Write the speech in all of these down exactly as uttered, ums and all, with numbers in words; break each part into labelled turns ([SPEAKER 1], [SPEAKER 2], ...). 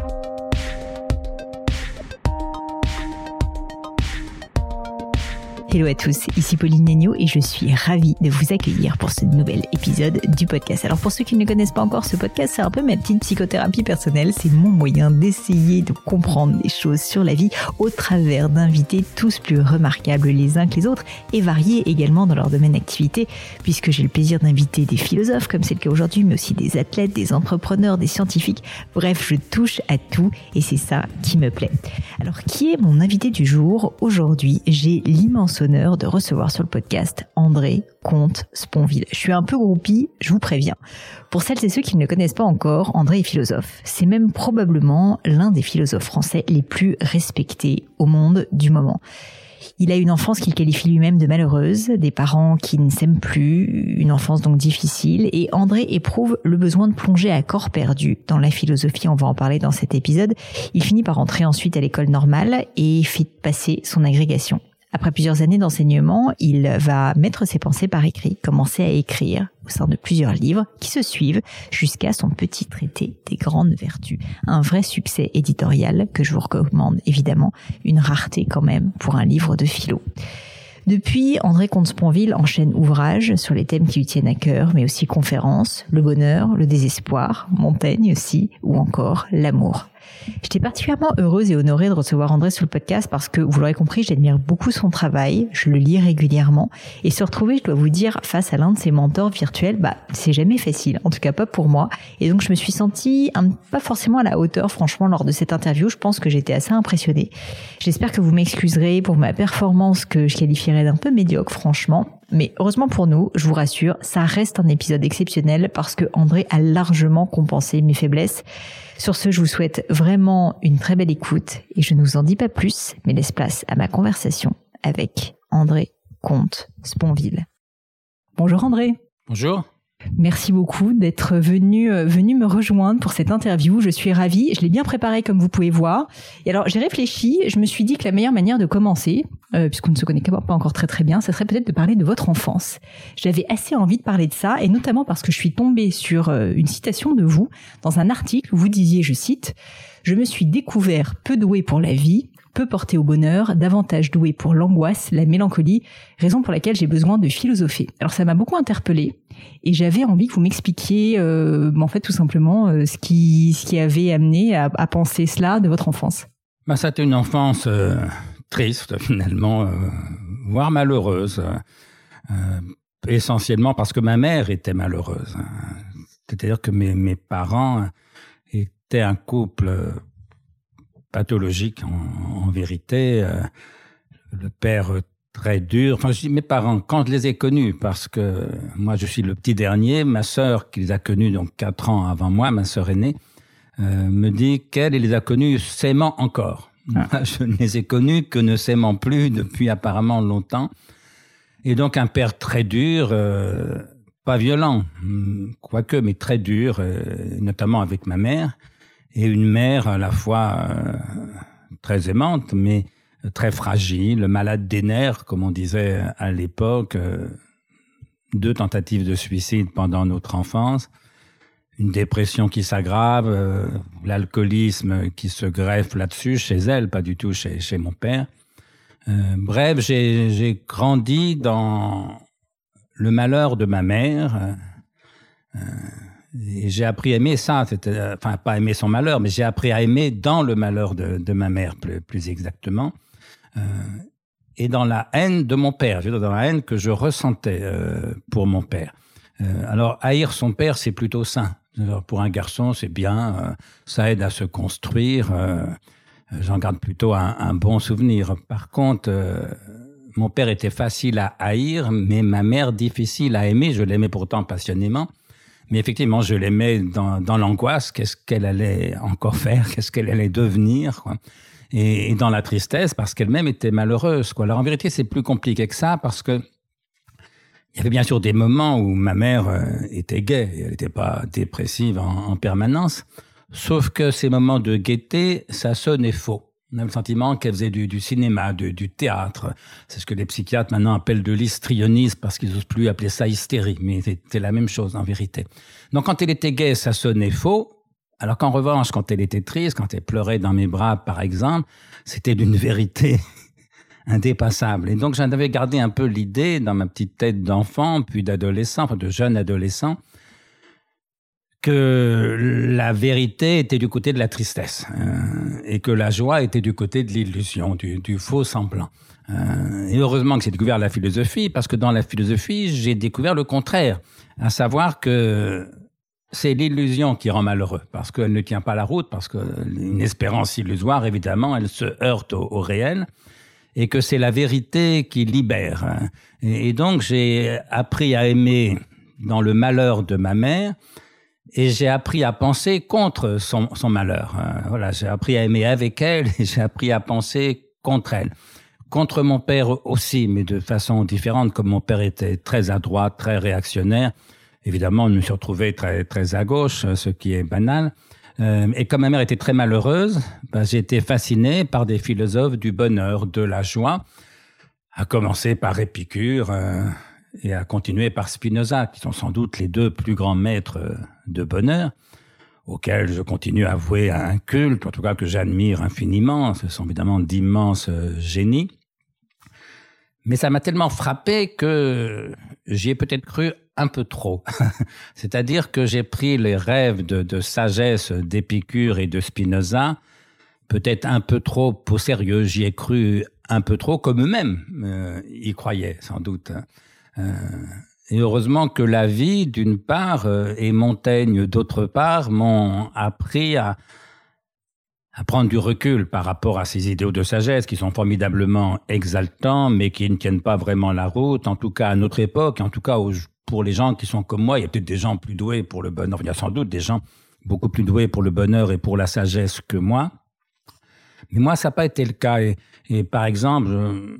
[SPEAKER 1] Hello à tous, ici Pauline Negno et je suis ravie de vous accueillir pour ce nouvel épisode du podcast. Alors pour ceux qui ne le connaissent pas encore, ce podcast c'est un peu ma petite psychothérapie personnelle, c'est mon moyen d'essayer de comprendre des choses sur la vie au travers d'invités tous plus remarquables les uns que les autres et variés également dans leur domaine d'activité, puisque j'ai le plaisir d'inviter des philosophes comme c'est le cas aujourd'hui, mais aussi des athlètes, des entrepreneurs, des scientifiques, bref je touche à tout et c'est ça qui me plaît. Alors qui est mon invité du jour? Aujourd'hui j'ai l'immense honneur de recevoir sur le podcast André Comte-Sponville. Je suis un peu groupie, je vous préviens. Pour celles et ceux qui ne le connaissent pas encore, André est philosophe. C'est même probablement l'un des philosophes français les plus respectés au monde du moment. Il a une enfance qu'il qualifie lui-même de malheureuse, des parents qui ne s'aiment plus, une enfance donc difficile, et André éprouve le besoin de plonger à corps perdu dans la philosophie, on va en parler dans cet épisode. Il finit par entrer ensuite à l'école normale et fait passer son agrégation. Après plusieurs années d'enseignement, il va mettre ses pensées par écrit, commencer à écrire au sein de plusieurs livres qui se suivent jusqu'à son petit traité des grandes vertus. Un vrai succès éditorial que je vous recommande évidemment, une rareté quand même pour un livre de philo. Depuis, André Comte-Sponville enchaîne ouvrages sur les thèmes qui lui tiennent à cœur, mais aussi conférences, le bonheur, le désespoir, Montaigne aussi, ou encore l'amour. J'étais particulièrement heureuse et honorée de recevoir André sur le podcast parce que, vous l'aurez compris, j'admire beaucoup son travail, je le lis régulièrement, et se retrouver, je dois vous dire, face à l'un de ses mentors virtuels, bah, c'est jamais facile, en tout cas pas pour moi, et donc je me suis sentie un, pas forcément à la hauteur, franchement, lors de cette interview, je pense que j'étais assez impressionnée. J'espère que vous m'excuserez pour ma performance que je qualifierais d'un peu médiocre, franchement. Mais heureusement pour nous, je vous rassure, ça reste un épisode exceptionnel parce que André a largement compensé mes faiblesses. Sur ce, je vous souhaite vraiment une très belle écoute et je ne vous en dis pas plus, mais laisse place à ma conversation avec André Comte-Sponville. Bonjour André.
[SPEAKER 2] Bonjour.
[SPEAKER 1] Merci beaucoup d'être venu, euh, venu me rejoindre pour cette interview. Je suis ravie. Je l'ai bien préparée comme vous pouvez voir. Et alors, j'ai réfléchi. Je me suis dit que la meilleure manière de commencer, euh, puisqu'on ne se connaît pas encore très très bien, ça serait peut-être de parler de votre enfance. J'avais assez envie de parler de ça, et notamment parce que je suis tombée sur euh, une citation de vous dans un article où vous disiez, je cite, « Je me suis découvert peu doué pour la vie, peu porté au bonheur, davantage doué pour l'angoisse, la mélancolie, raison pour laquelle j'ai besoin de philosopher. » Alors ça m'a beaucoup interpellée et j'avais envie que vous m'expliquiez euh, en fait tout simplement euh, ce qui ce qui avait amené à, à penser cela de votre enfance.
[SPEAKER 2] Bah, ça a été une enfance euh, triste finalement, euh, voire malheureuse, euh, essentiellement parce que ma mère était malheureuse. C'est-à-dire que mes, mes parents étaient un couple pathologique en, en vérité, euh, le père très dur. Enfin, je dis mes parents, quand je les ai connus, parce que moi je suis le petit dernier, ma sœur qui les a connus donc quatre ans avant moi, ma sœur aînée, euh, me dit qu'elle les a connus s'aimant encore. Ah. Je ne les ai connus que ne s'aimant plus depuis apparemment longtemps. Et donc un père très dur, euh, pas violent, quoique, mais très dur, euh, notamment avec ma mère. Et une mère à la fois euh, très aimante, mais très fragile, malade des nerfs, comme on disait à l'époque. Euh, deux tentatives de suicide pendant notre enfance, une dépression qui s'aggrave, euh, l'alcoolisme qui se greffe là-dessus, chez elle, pas du tout chez, chez mon père. Euh, bref, j'ai, j'ai grandi dans le malheur de ma mère. Euh, Et j'ai appris à aimer ça, c'était, enfin pas aimer son malheur, mais j'ai appris à aimer dans le malheur de, de ma mère, plus, plus exactement, euh, et dans la haine de mon père, je veux dire, dans la haine que je ressentais euh, pour mon père. Euh, alors haïr son père, c'est plutôt sain. Alors, pour un garçon, c'est bien, euh, ça aide à se construire. Euh, j'en garde plutôt un, un bon souvenir. Par contre, euh, mon père était facile à haïr, mais ma mère difficile à aimer. Je l'aimais pourtant passionnément. Mais effectivement, je l'aimais dans, dans l'angoisse. Qu'est-ce qu'elle allait encore faire? Qu'est-ce qu'elle allait devenir, quoi. Et, et dans la tristesse, parce qu'elle-même était malheureuse, quoi. Alors en vérité, c'est plus compliqué que ça, parce que il y avait bien sûr des moments où ma mère euh, était gaie. Elle n'était pas dépressive en, en permanence. Sauf que ces moments de gaieté, ça sonnait faux. On a le sentiment qu'elle faisait du, du cinéma, du, du théâtre. C'est ce que les psychiatres maintenant appellent de l'histrionisme parce qu'ils n'osent plus appeler ça hystérie. Mais c'était la même chose en vérité. Donc quand elle était gaie, ça sonnait faux. Alors qu'en revanche, quand elle était triste, quand elle pleurait dans mes bras, par exemple, c'était d'une vérité indépassable. Et donc, j'en avais gardé un peu l'idée dans ma petite tête d'enfant, puis d'adolescent, enfin de jeune adolescent, que la vérité était du côté de la tristesse euh, et que la joie était du côté de l'illusion, du, du faux semblant. Euh, et heureusement que j'ai découvert la philosophie, parce que dans la philosophie, j'ai découvert le contraire, à savoir que c'est l'illusion qui rend malheureux, parce qu'elle ne tient pas la route, parce qu'une espérance illusoire, évidemment, elle se heurte au, au réel, et que c'est la vérité qui libère. Et, et donc, j'ai appris à aimer dans le malheur de ma mère, et j'ai appris à penser contre son, son malheur. Voilà, j'ai appris à aimer avec elle, et j'ai appris à penser contre elle. Contre mon père aussi, mais de façon différente, comme mon père était très à droite, très réactionnaire. Évidemment, je me suis retrouvé très, très à gauche, ce qui est banal. Euh, et comme ma mère était très malheureuse, ben, j'ai été fasciné par des philosophes du bonheur, de la joie, à commencer par Épicure euh, et à continuer par Spinoza, qui sont sans doute les deux plus grands maîtres de bonheur, auxquels je continue à vouer un culte, en tout cas que j'admire infiniment. Ce sont évidemment d'immenses génies. Mais ça m'a tellement frappé que j'y ai peut-être cru un peu trop. C'est-à-dire que j'ai pris les rêves de, de sagesse d'Épicure et de Spinoza peut-être un peu trop au sérieux. J'y ai cru un peu trop, comme eux-mêmes euh, y croyaient, sans doute. Euh, et heureusement que la vie, d'une part, euh, et Montaigne, d'autre part, m'ont appris à à prendre du recul par rapport à ces idéaux de sagesse qui sont formidablement exaltants, mais qui ne tiennent pas vraiment la route, en tout cas à notre époque, en tout cas pour les gens qui sont comme moi. Il y a peut-être des gens plus doués pour le bonheur, il y a sans doute des gens beaucoup plus doués pour le bonheur et pour la sagesse que moi. Mais moi, ça n'a pas été le cas. Et, et par exemple, je,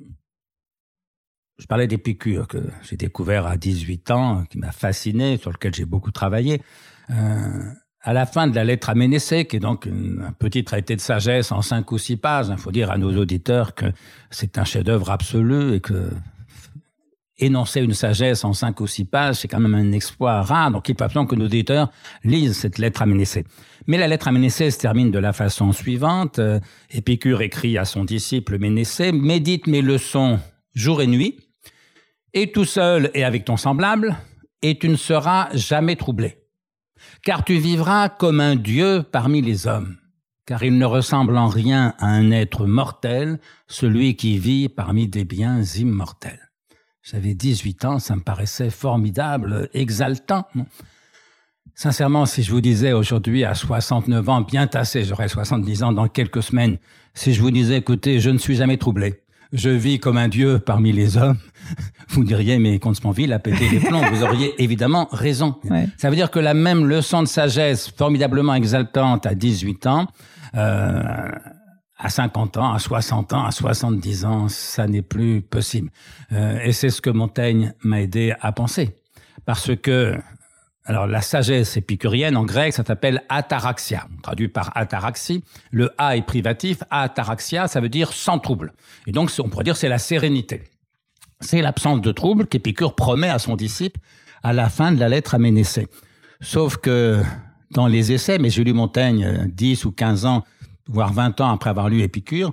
[SPEAKER 2] je parlais d'Épicure, que j'ai découvert à dix-huit ans, qui m'a fasciné, sur lequel j'ai beaucoup travaillé. Euh, À la fin de la lettre à Ménécée, qui est donc une, un petit traité de sagesse en cinq ou six pages, il faut dire à nos auditeurs que c'est un chef-d'œuvre absolu et que énoncer une sagesse en cinq ou six pages, c'est quand même un exploit rare. Donc il faut absolument que nos auditeurs lisent cette lettre à Ménécée. Mais la lettre à Ménécée se termine de la façon suivante. Euh, Épicure écrit à son disciple Ménécée « Médite mes leçons jour et nuit, et tout seul et avec ton semblable, et tu ne seras jamais troublé. Car tu vivras comme un dieu parmi les hommes, car il ne ressemble en rien à un être mortel, celui qui vit parmi des biens immortels. » J'avais dix-huit ans, ça me paraissait formidable, exaltant. Sincèrement, si je vous disais aujourd'hui à soixante-neuf ans, bien tassé, j'aurai soixante-dix ans dans quelques semaines, si je vous disais, écoutez, je ne suis jamais troublé, je vis comme un dieu parmi les hommes, vous diriez, mais Comte Sponville a pété les plombs. Vous auriez évidemment raison. Ouais. Ça veut dire que la même leçon de sagesse formidablement exaltante à dix-huit ans, euh, à cinquante ans, à soixante ans, à soixante-dix ans, ça n'est plus possible. Euh, et c'est ce que Montaigne m'a aidé à penser. Parce que, alors la sagesse épicurienne en grec, ça s'appelle ataraxia, traduit par ataraxie. Le a est privatif, ataraxia, ça veut dire sans trouble. Et donc on pourrait dire c'est la sérénité. C'est l'absence de trouble qu'Épicure promet à son disciple à la fin de la lettre à Ménécée. Sauf que dans les essais, mais j'ai lu Montaigne dix ou quinze ans, voire vingt ans après avoir lu Épicure,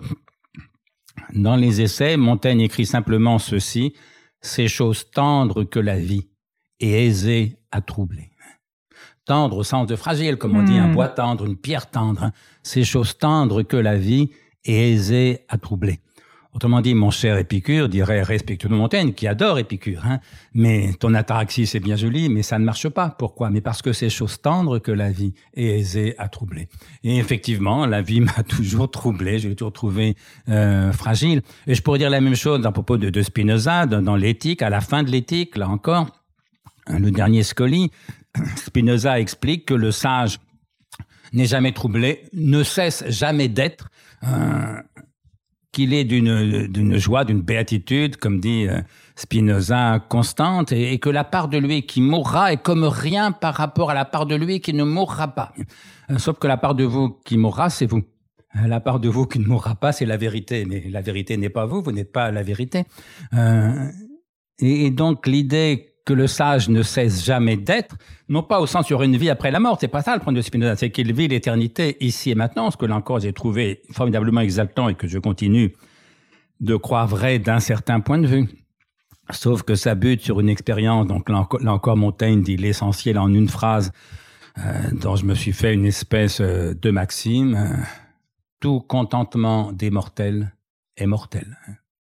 [SPEAKER 2] dans les essais, Montaigne écrit simplement ceci, « C'est chose tendre que la vie et aisée à troubler. » Tendre au sens de fragile, comme on mmh. dit, un bois tendre, une pierre tendre. C'est chose tendre que la vie et aisée à troubler. Autrement dit, mon cher Épicure dirait respectueusement Montaigne, qui adore Épicure, hein, mais ton ataraxie, c'est bien joli, mais ça ne marche pas. Pourquoi? Mais parce que c'est chose tendre que la vie est aisée à troubler. Et effectivement, la vie m'a toujours troublé, je l'ai toujours trouvé euh, fragile. Et je pourrais dire la même chose à propos de, de Spinoza, dans, dans l'éthique, à la fin de l'éthique, là encore, le dernier Scoli, Spinoza explique que le sage n'est jamais troublé, ne cesse jamais d'être, euh, qu'il est d'une, d'une joie, d'une béatitude, comme dit euh, Spinoza, constante, et, et que la part de lui qui mourra est comme rien par rapport à la part de lui qui ne mourra pas. Euh, sauf que la part de vous qui mourra, c'est vous. La part de vous qui ne mourra pas, c'est la vérité. Mais la vérité n'est pas vous, vous n'êtes pas la vérité. Euh, et, et donc l'idée que le sage ne cesse jamais d'être, non pas au sens sur une vie après la mort, c'est pas ça le problème de Spinoza, c'est qu'il vit l'éternité ici et maintenant, ce que là encore j'ai trouvé formidablement exaltant et que je continue de croire vrai d'un certain point de vue. Sauf que ça bute sur une expérience, donc là encore, là encore Montaigne dit l'essentiel en une phrase, euh, dont je me suis fait une espèce euh, de maxime, euh, tout contentement des mortels est mortel.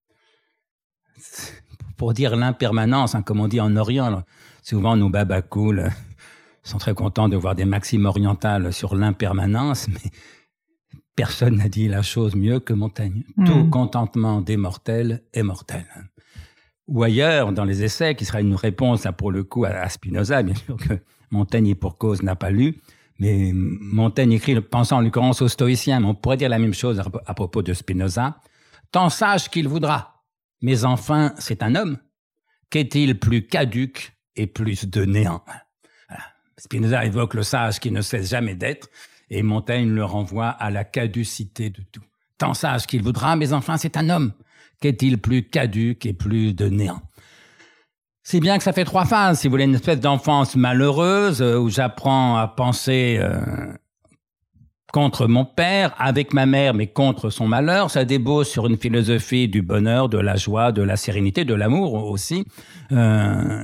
[SPEAKER 2] Pour dire l'impermanence, hein, comme on dit en Orient, là, souvent nos babacools sont très contents de voir des maximes orientales sur l'impermanence, mais personne n'a dit la chose mieux que Montaigne. Mmh. Tout contentement des mortels est mortel. Ou ailleurs, dans les essais, qui sera une réponse là, pour le coup à Spinoza, bien sûr que Montaigne et pour cause n'a pas lu, mais Montaigne écrit, pensant en l'occurrence aux stoïciens, mais on pourrait dire la même chose à propos de Spinoza, « Tant sage qu'il voudra, mais enfin c'est un homme, qu'est-il plus caduc et plus de néant ?» Voilà. Spinoza évoque le sage qui ne cesse jamais d'être, et Montaigne le renvoie à la caducité de tout. « Tant sage qu'il voudra, mais enfin c'est un homme, qu'est-il plus caduc et plus de néant ?» Si bien que ça fait trois phases, si vous voulez, une espèce d'enfance malheureuse euh, où j'apprends à penser euh, contre mon père, avec ma mère, mais contre son malheur. Ça débouche sur une philosophie du bonheur, de la joie, de la sérénité, de l'amour aussi. Euh,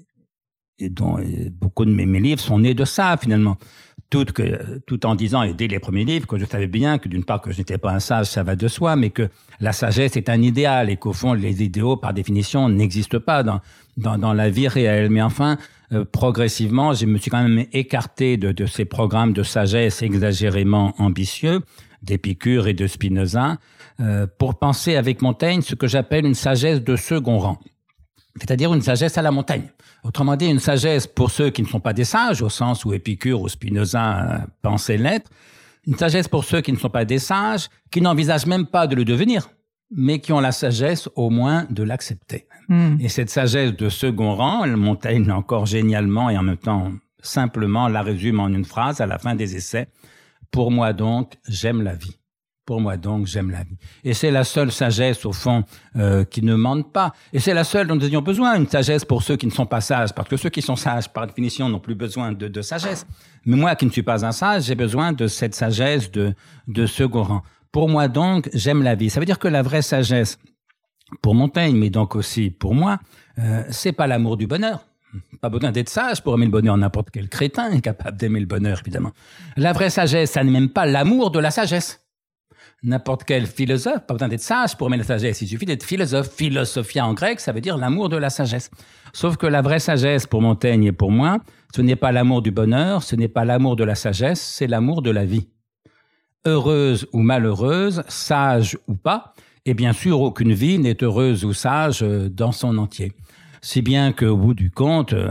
[SPEAKER 2] et dont et beaucoup de mes, mes livres sont nés de ça, finalement. Tout, que, tout en disant, et dès les premiers livres, que je savais bien que d'une part que je n'étais pas un sage, ça va de soi, mais que la sagesse est un idéal et qu'au fond, les idéaux, par définition, n'existent pas dans, dans, dans la vie réelle. Mais enfin, euh, progressivement, je me suis quand même écarté de, de ces programmes de sagesse exagérément ambitieux, d'Épicure et de Spinoza, euh, pour penser avec Montaigne ce que j'appelle une sagesse de second rang. C'est-à-dire une sagesse à la Montaigne. Autrement dit, une sagesse pour ceux qui ne sont pas des sages, au sens où Épicure ou Spinoza euh, pensaient l'être. Une sagesse pour ceux qui ne sont pas des sages, qui n'envisagent même pas de le devenir, mais qui ont la sagesse au moins de l'accepter. Mmh. Et cette sagesse de second rang, Montaigne encore génialement et en même temps simplement la résume en une phrase à la fin des essais. Pour moi donc, j'aime la vie. Pour moi donc, j'aime la vie. Et c'est la seule sagesse, au fond, euh, qui ne mente pas. Et c'est la seule dont nous ayons besoin, une sagesse pour ceux qui ne sont pas sages, parce que ceux qui sont sages, par définition, n'ont plus besoin de, de sagesse. Mais moi, qui ne suis pas un sage, j'ai besoin de cette sagesse de, de second rang. Pour moi donc, j'aime la vie. Ça veut dire que la vraie sagesse, pour Montaigne, mais donc aussi pour moi, euh, c'est pas l'amour du bonheur. Pas besoin d'être sage pour aimer le bonheur. N'importe quel crétin est capable d'aimer le bonheur, évidemment. La vraie sagesse, ça n'est même pas l'amour de la sagesse. N'importe quel philosophe, pas besoin d'être sage pour aimer la sagesse, il suffit d'être philosophe. Philosophia en grec, ça veut dire l'amour de la sagesse. Sauf que la vraie sagesse pour Montaigne et pour moi, ce n'est pas l'amour du bonheur, ce n'est pas l'amour de la sagesse, c'est l'amour de la vie. Heureuse ou malheureuse, sage ou pas, et bien sûr aucune vie n'est heureuse ou sage dans son entier. Si bien qu'au bout du compte, euh,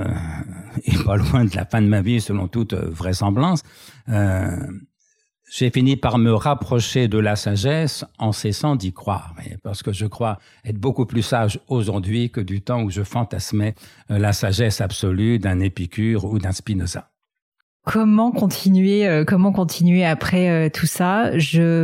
[SPEAKER 2] et pas loin de la fin de ma vie selon toute vraisemblance, euh, j'ai fini par me rapprocher de la sagesse en cessant d'y croire. Parce que je crois être beaucoup plus sage aujourd'hui que du temps où je fantasmais la sagesse absolue d'un Épicure ou d'un Spinoza.
[SPEAKER 1] Comment continuer, euh, comment continuer après euh, tout ça?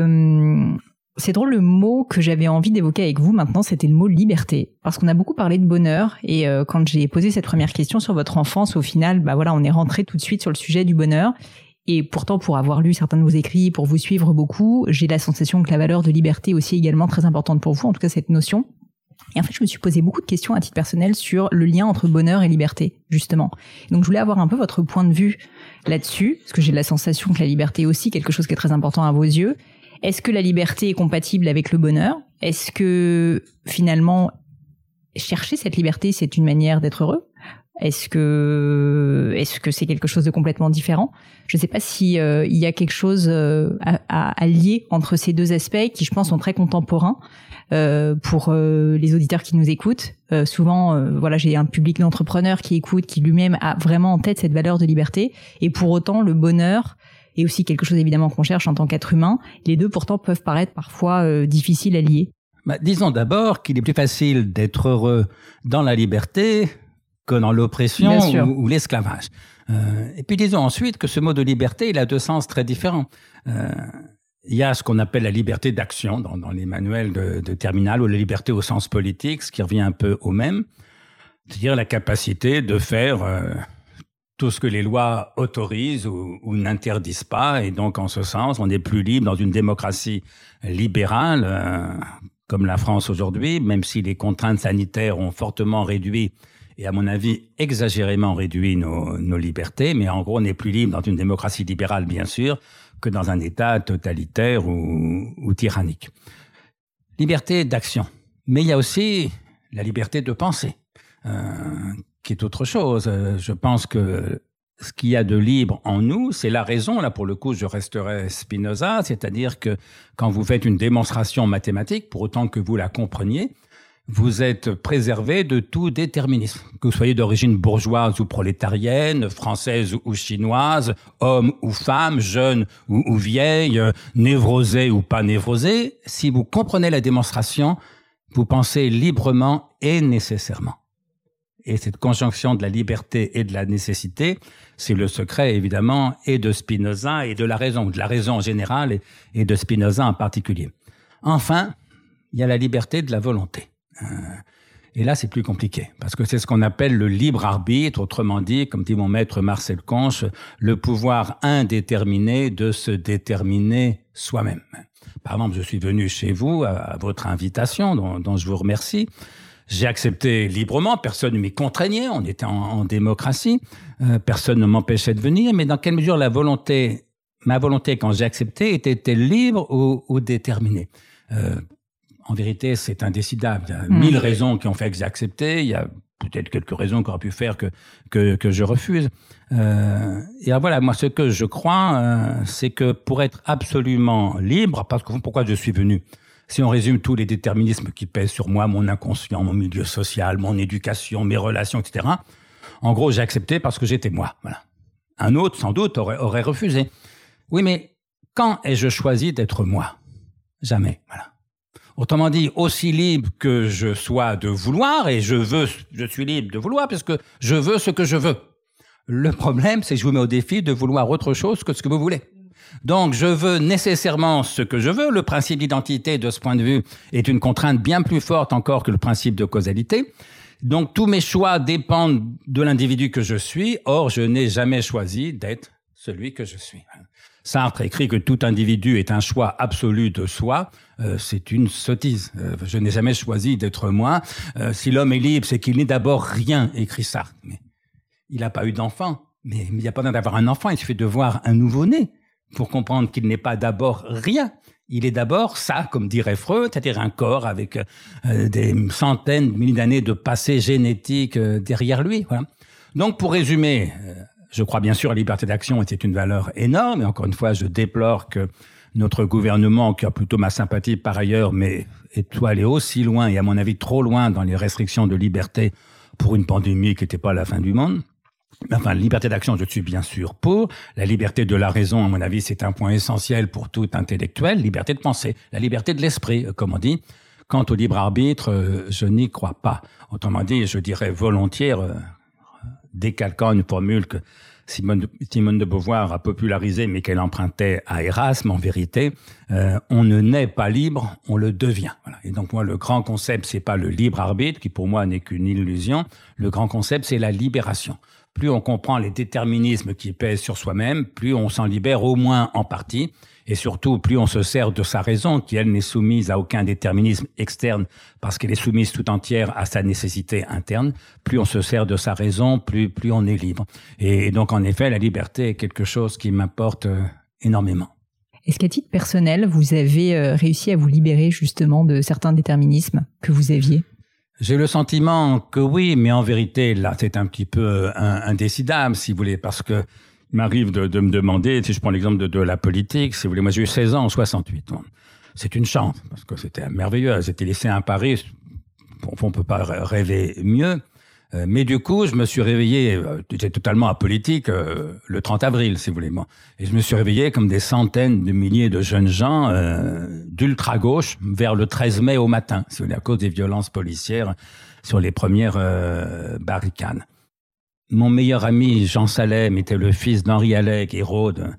[SPEAKER 1] Je... C'est drôle, le mot que j'avais envie d'évoquer avec vous maintenant, c'était le mot liberté. Parce qu'on a beaucoup parlé de bonheur et euh, quand j'ai posé cette première question sur votre enfance, au final, bah voilà, on est rentré tout de suite sur le sujet du bonheur. Et pourtant, pour avoir lu certains de vos écrits, pour vous suivre beaucoup, j'ai la sensation que la valeur de liberté est aussi également très importante pour vous, en tout cas cette notion. Et en fait, je me suis posé beaucoup de questions à titre personnel sur le lien entre bonheur et liberté, justement. Donc, je voulais avoir un peu votre point de vue là-dessus, parce que j'ai la sensation que la liberté est aussi quelque chose qui est très important à vos yeux. Est-ce que la liberté est compatible avec le bonheur? Est-ce que, finalement, chercher cette liberté, c'est une manière d'être heureux? Est-ce que est-ce que c'est quelque chose de complètement différent? Je ne sais pas si euh, il y a quelque chose euh, à, à, à lier entre ces deux aspects qui, je pense, sont très contemporains euh, pour euh, les auditeurs qui nous écoutent. Euh, souvent, euh, voilà, j'ai un public d'entrepreneurs qui écoute, qui lui-même a vraiment en tête cette valeur de liberté. Et pour autant, le bonheur est aussi quelque chose évidemment qu'on cherche en tant qu'être humain. Les deux, pourtant, peuvent paraître parfois euh, difficiles à lier.
[SPEAKER 2] Bah, disons d'abord qu'il est plus facile d'être heureux dans la liberté que dans l'oppression ou, ou l'esclavage. Euh, et puis disons ensuite que ce mot de liberté, il a deux sens très différents. Euh, il y a ce qu'on appelle la liberté d'action dans, dans les manuels de, de terminale, ou la liberté au sens politique, ce qui revient un peu au même. C'est-à-dire la capacité de faire euh, tout ce que les lois autorisent ou, ou n'interdisent pas. Et donc, en ce sens, on est plus libre dans une démocratie libérale, euh, comme la France aujourd'hui, même si les contraintes sanitaires ont fortement réduit, et à mon avis, exagérément réduit nos, nos libertés. Mais en gros, on est plus libre dans une démocratie libérale, bien sûr, que dans un État totalitaire ou, ou tyrannique. Liberté d'action. Mais il y a aussi la liberté de penser. Euh, qui est autre chose. Euh, je pense que ce qu'il y a de libre en nous, c'est la raison. Là, pour le coup, je resterai Spinoza, c'est-à-dire que quand vous faites une démonstration mathématique, pour autant que vous la compreniez, vous êtes préservé de tout déterminisme. Que vous soyez d'origine bourgeoise ou prolétarienne, française ou chinoise, homme ou femme, jeune ou, ou vieille, névrosé ou pas névrosé, si vous comprenez la démonstration, vous pensez librement et nécessairement. Et cette conjonction de la liberté et de la nécessité, c'est le secret, évidemment, et de Spinoza et de la raison, de la raison en général et, et de Spinoza en particulier. Enfin, il y a la liberté de la volonté. Euh, et là, c'est plus compliqué, parce que c'est ce qu'on appelle le libre arbitre, autrement dit, comme dit mon maître Marcel Conche, le pouvoir indéterminé de se déterminer soi-même. Par exemple, je suis venu chez vous à, à votre invitation, dont, dont je vous remercie. J'ai accepté librement, personne ne m'y contraignait, on était en, en démocratie, euh, personne ne m'empêchait de venir, mais dans quelle mesure la volonté, ma volonté quand j'ai accepté, était-elle libre ou, ou déterminée? euh, En vérité, c'est indécidable. Il y a mmh. mille raisons qui ont fait que j'ai accepté, il y a peut-être quelques raisons qui auraient pu faire que, que, que je refuse. Euh, et voilà, moi, ce que je crois, euh, c'est que pour être absolument libre, parce que pourquoi je suis venu? Si on résume tous les déterminismes qui pèsent sur moi, mon inconscient, mon milieu social, mon éducation, mes relations, et cetera, en gros, j'ai accepté parce que j'étais moi. Voilà. Un autre, sans doute, aurait, aurait refusé. Oui, mais quand ai-je choisi d'être moi? Jamais. Voilà. Autrement dit, aussi libre que je sois de vouloir, et je veux, je suis libre de vouloir, puisque je veux ce que je veux. Le problème, c'est que je vous mets au défi de vouloir autre chose que ce que vous voulez. Donc, je veux nécessairement ce que je veux. Le principe d'identité, de ce point de vue, est une contrainte bien plus forte encore que le principe de causalité. Donc, tous mes choix dépendent de l'individu que je suis. Or, je n'ai jamais choisi d'être celui que je suis. Sartre écrit que tout individu est un choix absolu de soi. Euh, c'est une sottise. Euh, je n'ai jamais choisi d'être moi. Euh, si l'homme est libre, c'est qu'il n'est d'abord rien, écrit Sartre. Mais il n'a pas eu d'enfant. Mais il n'y a pas besoin d'avoir un enfant, il suffit de voir un nouveau-né pour comprendre qu'il n'est pas d'abord rien. Il est d'abord ça, comme dirait Freud, c'est-à-dire un corps avec euh, des centaines de milliers d'années de passé génétique euh, derrière lui. Voilà. Donc, pour résumer, euh, je crois bien sûr à la liberté d'action, et c'est une valeur énorme. Et encore une fois, je déplore que notre gouvernement, qui a plutôt ma sympathie par ailleurs, mais est allé aussi loin, et à mon avis trop loin dans les restrictions de liberté pour une pandémie qui n'était pas la fin du monde. Enfin, la liberté d'action, je suis bien sûr pour. La liberté de la raison, à mon avis, c'est un point essentiel pour tout intellectuel. Liberté de penser, la liberté de l'esprit, comme on dit. Quant au libre arbitre, je n'y crois pas. Autrement dit, je dirais volontiers, décalquant une formule que Simone de, Simone de Beauvoir a popularisée, mais qu'elle empruntait à Erasme, en vérité, euh, on ne naît pas libre, on le devient. Voilà. Et donc moi, le grand concept, c'est pas le libre arbitre, qui pour moi n'est qu'une illusion. Le grand concept, c'est la libération. Plus on comprend les déterminismes qui pèsent sur soi-même, plus on s'en libère au moins en partie. Et surtout, plus on se sert de sa raison, qui, elle, n'est soumise à aucun déterminisme externe, parce qu'elle est soumise tout entière à sa nécessité interne, plus on se sert de sa raison, plus, plus on est libre. Et donc, en effet, la liberté est quelque chose qui m'importe euh, énormément.
[SPEAKER 1] Est-ce qu'à titre personnel, vous avez euh, réussi à vous libérer justement de certains déterminismes que vous aviez ?
[SPEAKER 2] J'ai le sentiment que oui, mais en vérité, là, c'est un petit peu indécidable, si vous voulez, parce que il m'arrive de, de me demander, si je prends l'exemple de, de la politique, si vous voulez, moi j'ai eu seize ans en soixante-huit. Bon, c'est une chance, parce que c'était merveilleux. J'étais lycéen à Paris, on ne peut pas rêver mieux. Euh, mais du coup, je me suis réveillé, euh, j'étais totalement apolitique, euh, le trente avril, si vous voulez. Bon. Et je me suis réveillé comme des centaines de milliers de jeunes gens euh, d'ultra-gauche vers le treize mai au matin, si vous voulez, à cause des violences policières sur les premières euh, barricades. Mon meilleur ami, Jean Salem, était le fils d'Henri Alleg, héros de,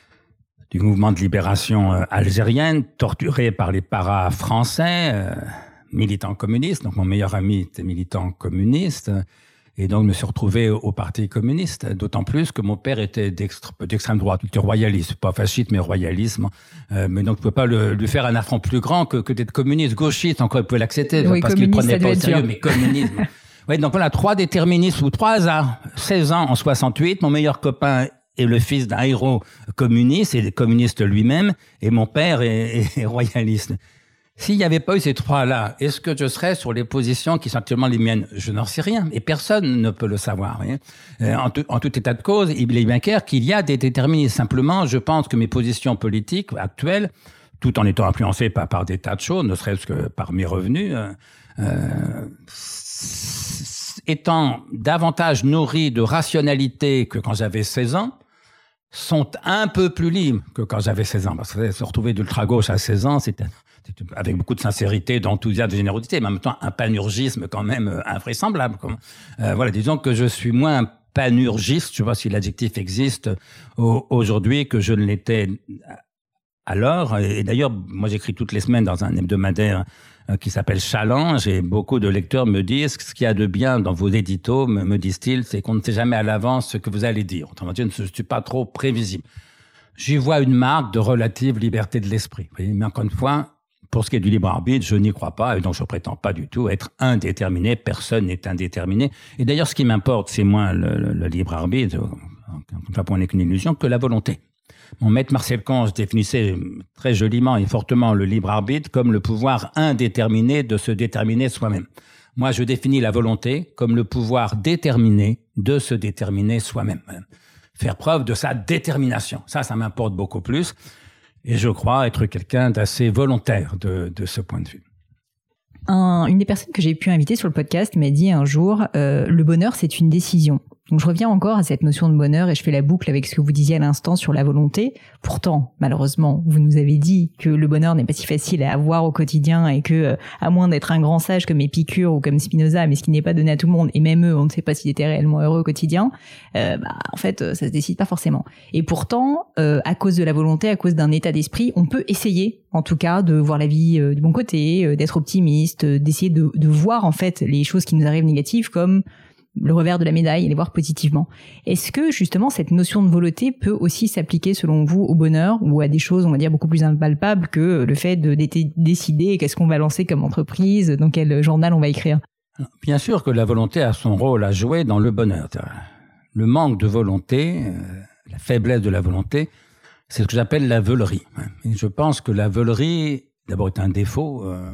[SPEAKER 2] du mouvement de libération euh, algérienne, torturé par les paras français, euh, militant communiste. Donc mon meilleur ami était militant communiste. Et donc, je me suis retrouvé au Parti communiste, d'autant plus que mon père était d'extrême droite, il était royaliste, pas fasciste, mais royalisme. Euh, mais donc, je ne pouvais pas le, lui faire un affront plus grand que, que d'être communiste, gauchiste, encore, il pouvait l'accepter,
[SPEAKER 1] oui,
[SPEAKER 2] parce qu'il ne prenait pas au sérieux,
[SPEAKER 1] dur.
[SPEAKER 2] mais communisme. Oui, donc voilà, trois déterministes ou trois hasards. seize ans en soixante-huit, mon meilleur copain est le fils d'un héros communiste, et communiste lui-même, et mon père est, est, est royaliste. S'il n'y avait pas eu ces trois-là, est-ce que je serais sur les positions qui sont actuellement les miennes? Je n'en sais rien, et personne ne peut le savoir. Euh, en, tout, en tout état de cause, il est bien clair qu'il y a des déterministes. Simplement, je pense que mes positions politiques actuelles, tout en étant influencées par, par des tas de choses, ne serait-ce que par mes revenus, euh, euh, étant davantage nourries de rationalité que quand j'avais seize ans, sont un peu plus libres que quand j'avais seize ans. Parce que se retrouver d'ultra-gauche à seize ans, c'était avec beaucoup de sincérité, d'enthousiasme, de générosité, mais en même temps un panurgisme quand même invraisemblable. Euh, voilà, disons que je suis moins panurgiste, je sais pas si l'adjectif existe aujourd'hui, que je ne l'étais alors. Et d'ailleurs, moi j'écris toutes les semaines dans un hebdomadaire qui s'appelle Challenge, et beaucoup de lecteurs me disent ce qu'il y a de bien dans vos éditos, me, me disent-ils, c'est qu'on ne sait jamais à l'avance ce que vous allez dire. Autrement dit, je ne suis pas trop prévisible. J'y vois une marque de relative liberté de l'esprit. Vous voyez, mais encore une fois, pour ce qui est du libre arbitre, je n'y crois pas, et donc je ne prétends pas du tout être indéterminé. Personne n'est indéterminé. Et d'ailleurs, ce qui m'importe, c'est moins le, le, le libre arbitre, enfin pour n'est qu'une illusion, que la volonté. Mon maître Marcel Conche définissait très joliment et fortement le libre arbitre comme le pouvoir indéterminé de se déterminer soi-même. Moi, je définis la volonté comme le pouvoir déterminé de se déterminer soi-même. Faire preuve de sa détermination. Ça, ça m'importe beaucoup plus. Et je crois être quelqu'un d'assez volontaire de, de ce point de vue.
[SPEAKER 1] Un, une des personnes que j'ai pu inviter sur le podcast m'a dit un jour euh, « Le bonheur, c'est une décision ». Donc je reviens encore à cette notion de bonheur et je fais la boucle avec ce que vous disiez à l'instant sur la volonté. Pourtant, malheureusement, vous nous avez dit que le bonheur n'est pas si facile à avoir au quotidien et que, à moins d'être un grand sage comme Épicure ou comme Spinoza, mais ce qui n'est pas donné à tout le monde, et même eux, on ne sait pas s'ils étaient réellement heureux au quotidien, euh, bah, en fait, ça se décide pas forcément. Et pourtant, euh, à cause de la volonté, à cause d'un état d'esprit, on peut essayer, en tout cas, de voir la vie euh, du bon côté, euh, d'être optimiste, euh, d'essayer de, de voir, en fait, les choses qui nous arrivent négatives comme le revers de la médaille et les voir positivement. Est-ce que justement cette notion de volonté peut aussi s'appliquer selon vous au bonheur ou à des choses on va dire beaucoup plus impalpables que le fait de décider qu'est-ce qu'on va lancer comme entreprise, dans quel journal on va écrire?
[SPEAKER 2] Bien sûr que la volonté a son rôle à jouer dans le bonheur. Le manque de volonté, la faiblesse de la volonté, c'est ce que j'appelle la veulerie. Et je pense que la veulerie, d'abord, est un défaut, euh,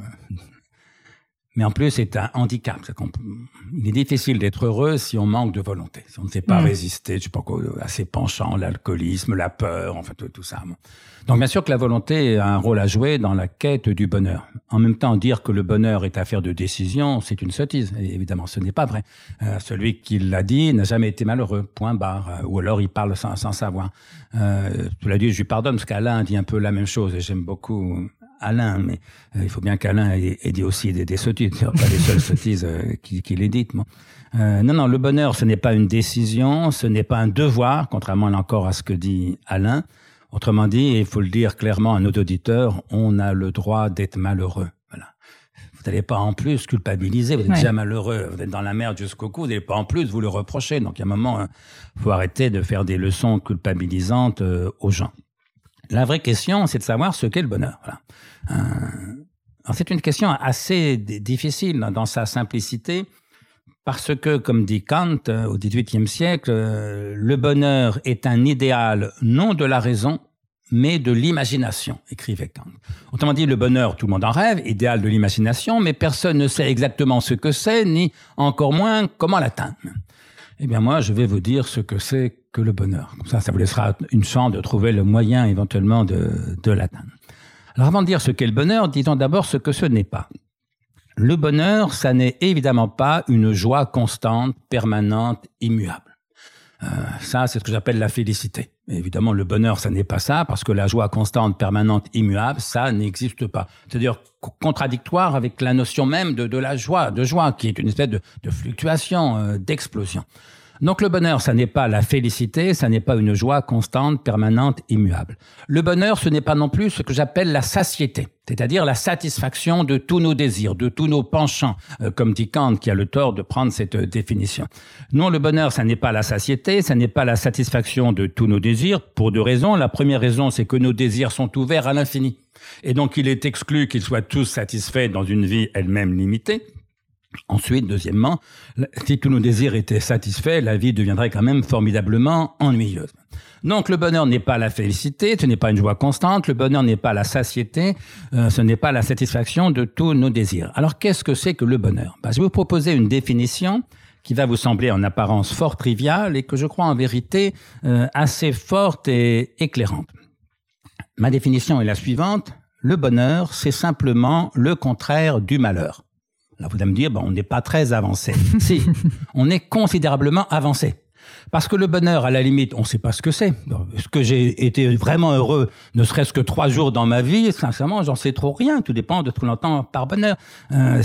[SPEAKER 2] mais en plus, c'est un handicap. C'est qu'on, il est difficile d'être heureux si on manque de volonté, si on ne sait pas mmh. résister, je sais pas quoi, à ses penchants, l'alcoolisme, la peur, enfin tout, tout ça. Donc bien sûr que la volonté a un rôle à jouer dans la quête du bonheur. En même temps, dire que le bonheur est affaire de décision, c'est une sottise. Et évidemment, ce n'est pas vrai. Euh, celui qui l'a dit n'a jamais été malheureux, point barre. Euh, ou alors il parle sans, sans savoir. Euh, tu l'as dit, je lui pardonne, parce qu'Alain dit un peu la même chose, et j'aime beaucoup Alain, mais euh, il faut bien qu'Alain ait, ait dit aussi des, des sottises, pas les seules sottises euh, qu'il qui les dites. Bon. Euh, non, non, le bonheur, ce n'est pas une décision, ce n'est pas un devoir, contrairement là encore à ce que dit Alain. Autrement dit, il faut le dire clairement à nos auditeurs, on a le droit d'être malheureux. Voilà. Vous n'allez pas en plus culpabiliser, vous êtes ouais. déjà malheureux, vous êtes dans la merde jusqu'au cou, vous n'allez pas en plus vous le reprocher. Donc, il y a un moment, il faut arrêter de faire des leçons culpabilisantes euh, aux gens. La vraie question, c'est de savoir ce qu'est le bonheur. Voilà. Euh, alors c'est une question assez d- difficile dans sa simplicité, parce que, comme dit Kant euh, au dix-huitième siècle, euh, le bonheur est un idéal non de la raison, mais de l'imagination, écrivait Kant. Autrement dit, le bonheur, tout le monde en rêve, idéal de l'imagination, mais personne ne sait exactement ce que c'est, ni encore moins comment l'atteindre. Eh bien moi, je vais vous dire ce que c'est que le bonheur. Comme ça, ça vous laissera une chance de trouver le moyen éventuellement de, de l'atteindre. Alors avant de dire ce qu'est le bonheur, disons d'abord ce que ce n'est pas. Le bonheur, ça n'est évidemment pas une joie constante, permanente, immuable. Euh, ça, c'est ce que j'appelle la félicité. Et évidemment, le bonheur, ça n'est pas ça, parce que la joie constante, permanente, immuable, ça n'existe pas. C'est-à-dire contradictoire avec la notion même de, de la joie, de joie, qui est une espèce de, de fluctuation, euh, d'explosion. Donc le bonheur, ça n'est pas la félicité, ça n'est pas une joie constante, permanente, immuable. Le bonheur, ce n'est pas non plus ce que j'appelle la satiété, c'est-à-dire la satisfaction de tous nos désirs, de tous nos penchants, euh, comme dit Kant qui a le tort de prendre cette euh, définition. Non, le bonheur, ça n'est pas la satiété, ça n'est pas la satisfaction de tous nos désirs, pour deux raisons. La première raison, c'est que nos désirs sont ouverts à l'infini, et donc il est exclu qu'ils soient tous satisfaits dans une vie elle-même limitée. Ensuite, deuxièmement, si tous nos désirs étaient satisfaits, la vie deviendrait quand même formidablement ennuyeuse. Donc le bonheur n'est pas la félicité, ce n'est pas une joie constante, le bonheur n'est pas la satiété, euh, ce n'est pas la satisfaction de tous nos désirs. Alors qu'est-ce que c'est que le bonheur? Ben, je vais vous proposer une définition qui va vous sembler en apparence fort triviale et que je crois en vérité euh, assez forte et éclairante. Ma définition est la suivante: le bonheur, c'est simplement le contraire du malheur. Là, vous allez me dire, ben, on n'est pas très avancé. Si, on est considérablement avancé. Parce que le bonheur, à la limite, on ne sait pas ce que c'est. Est-ce que j'ai été vraiment heureux, ne serait-ce que trois jours dans ma vie? Sincèrement, j'en sais trop rien. Tout dépend de ce qu'on entend par bonheur. Euh,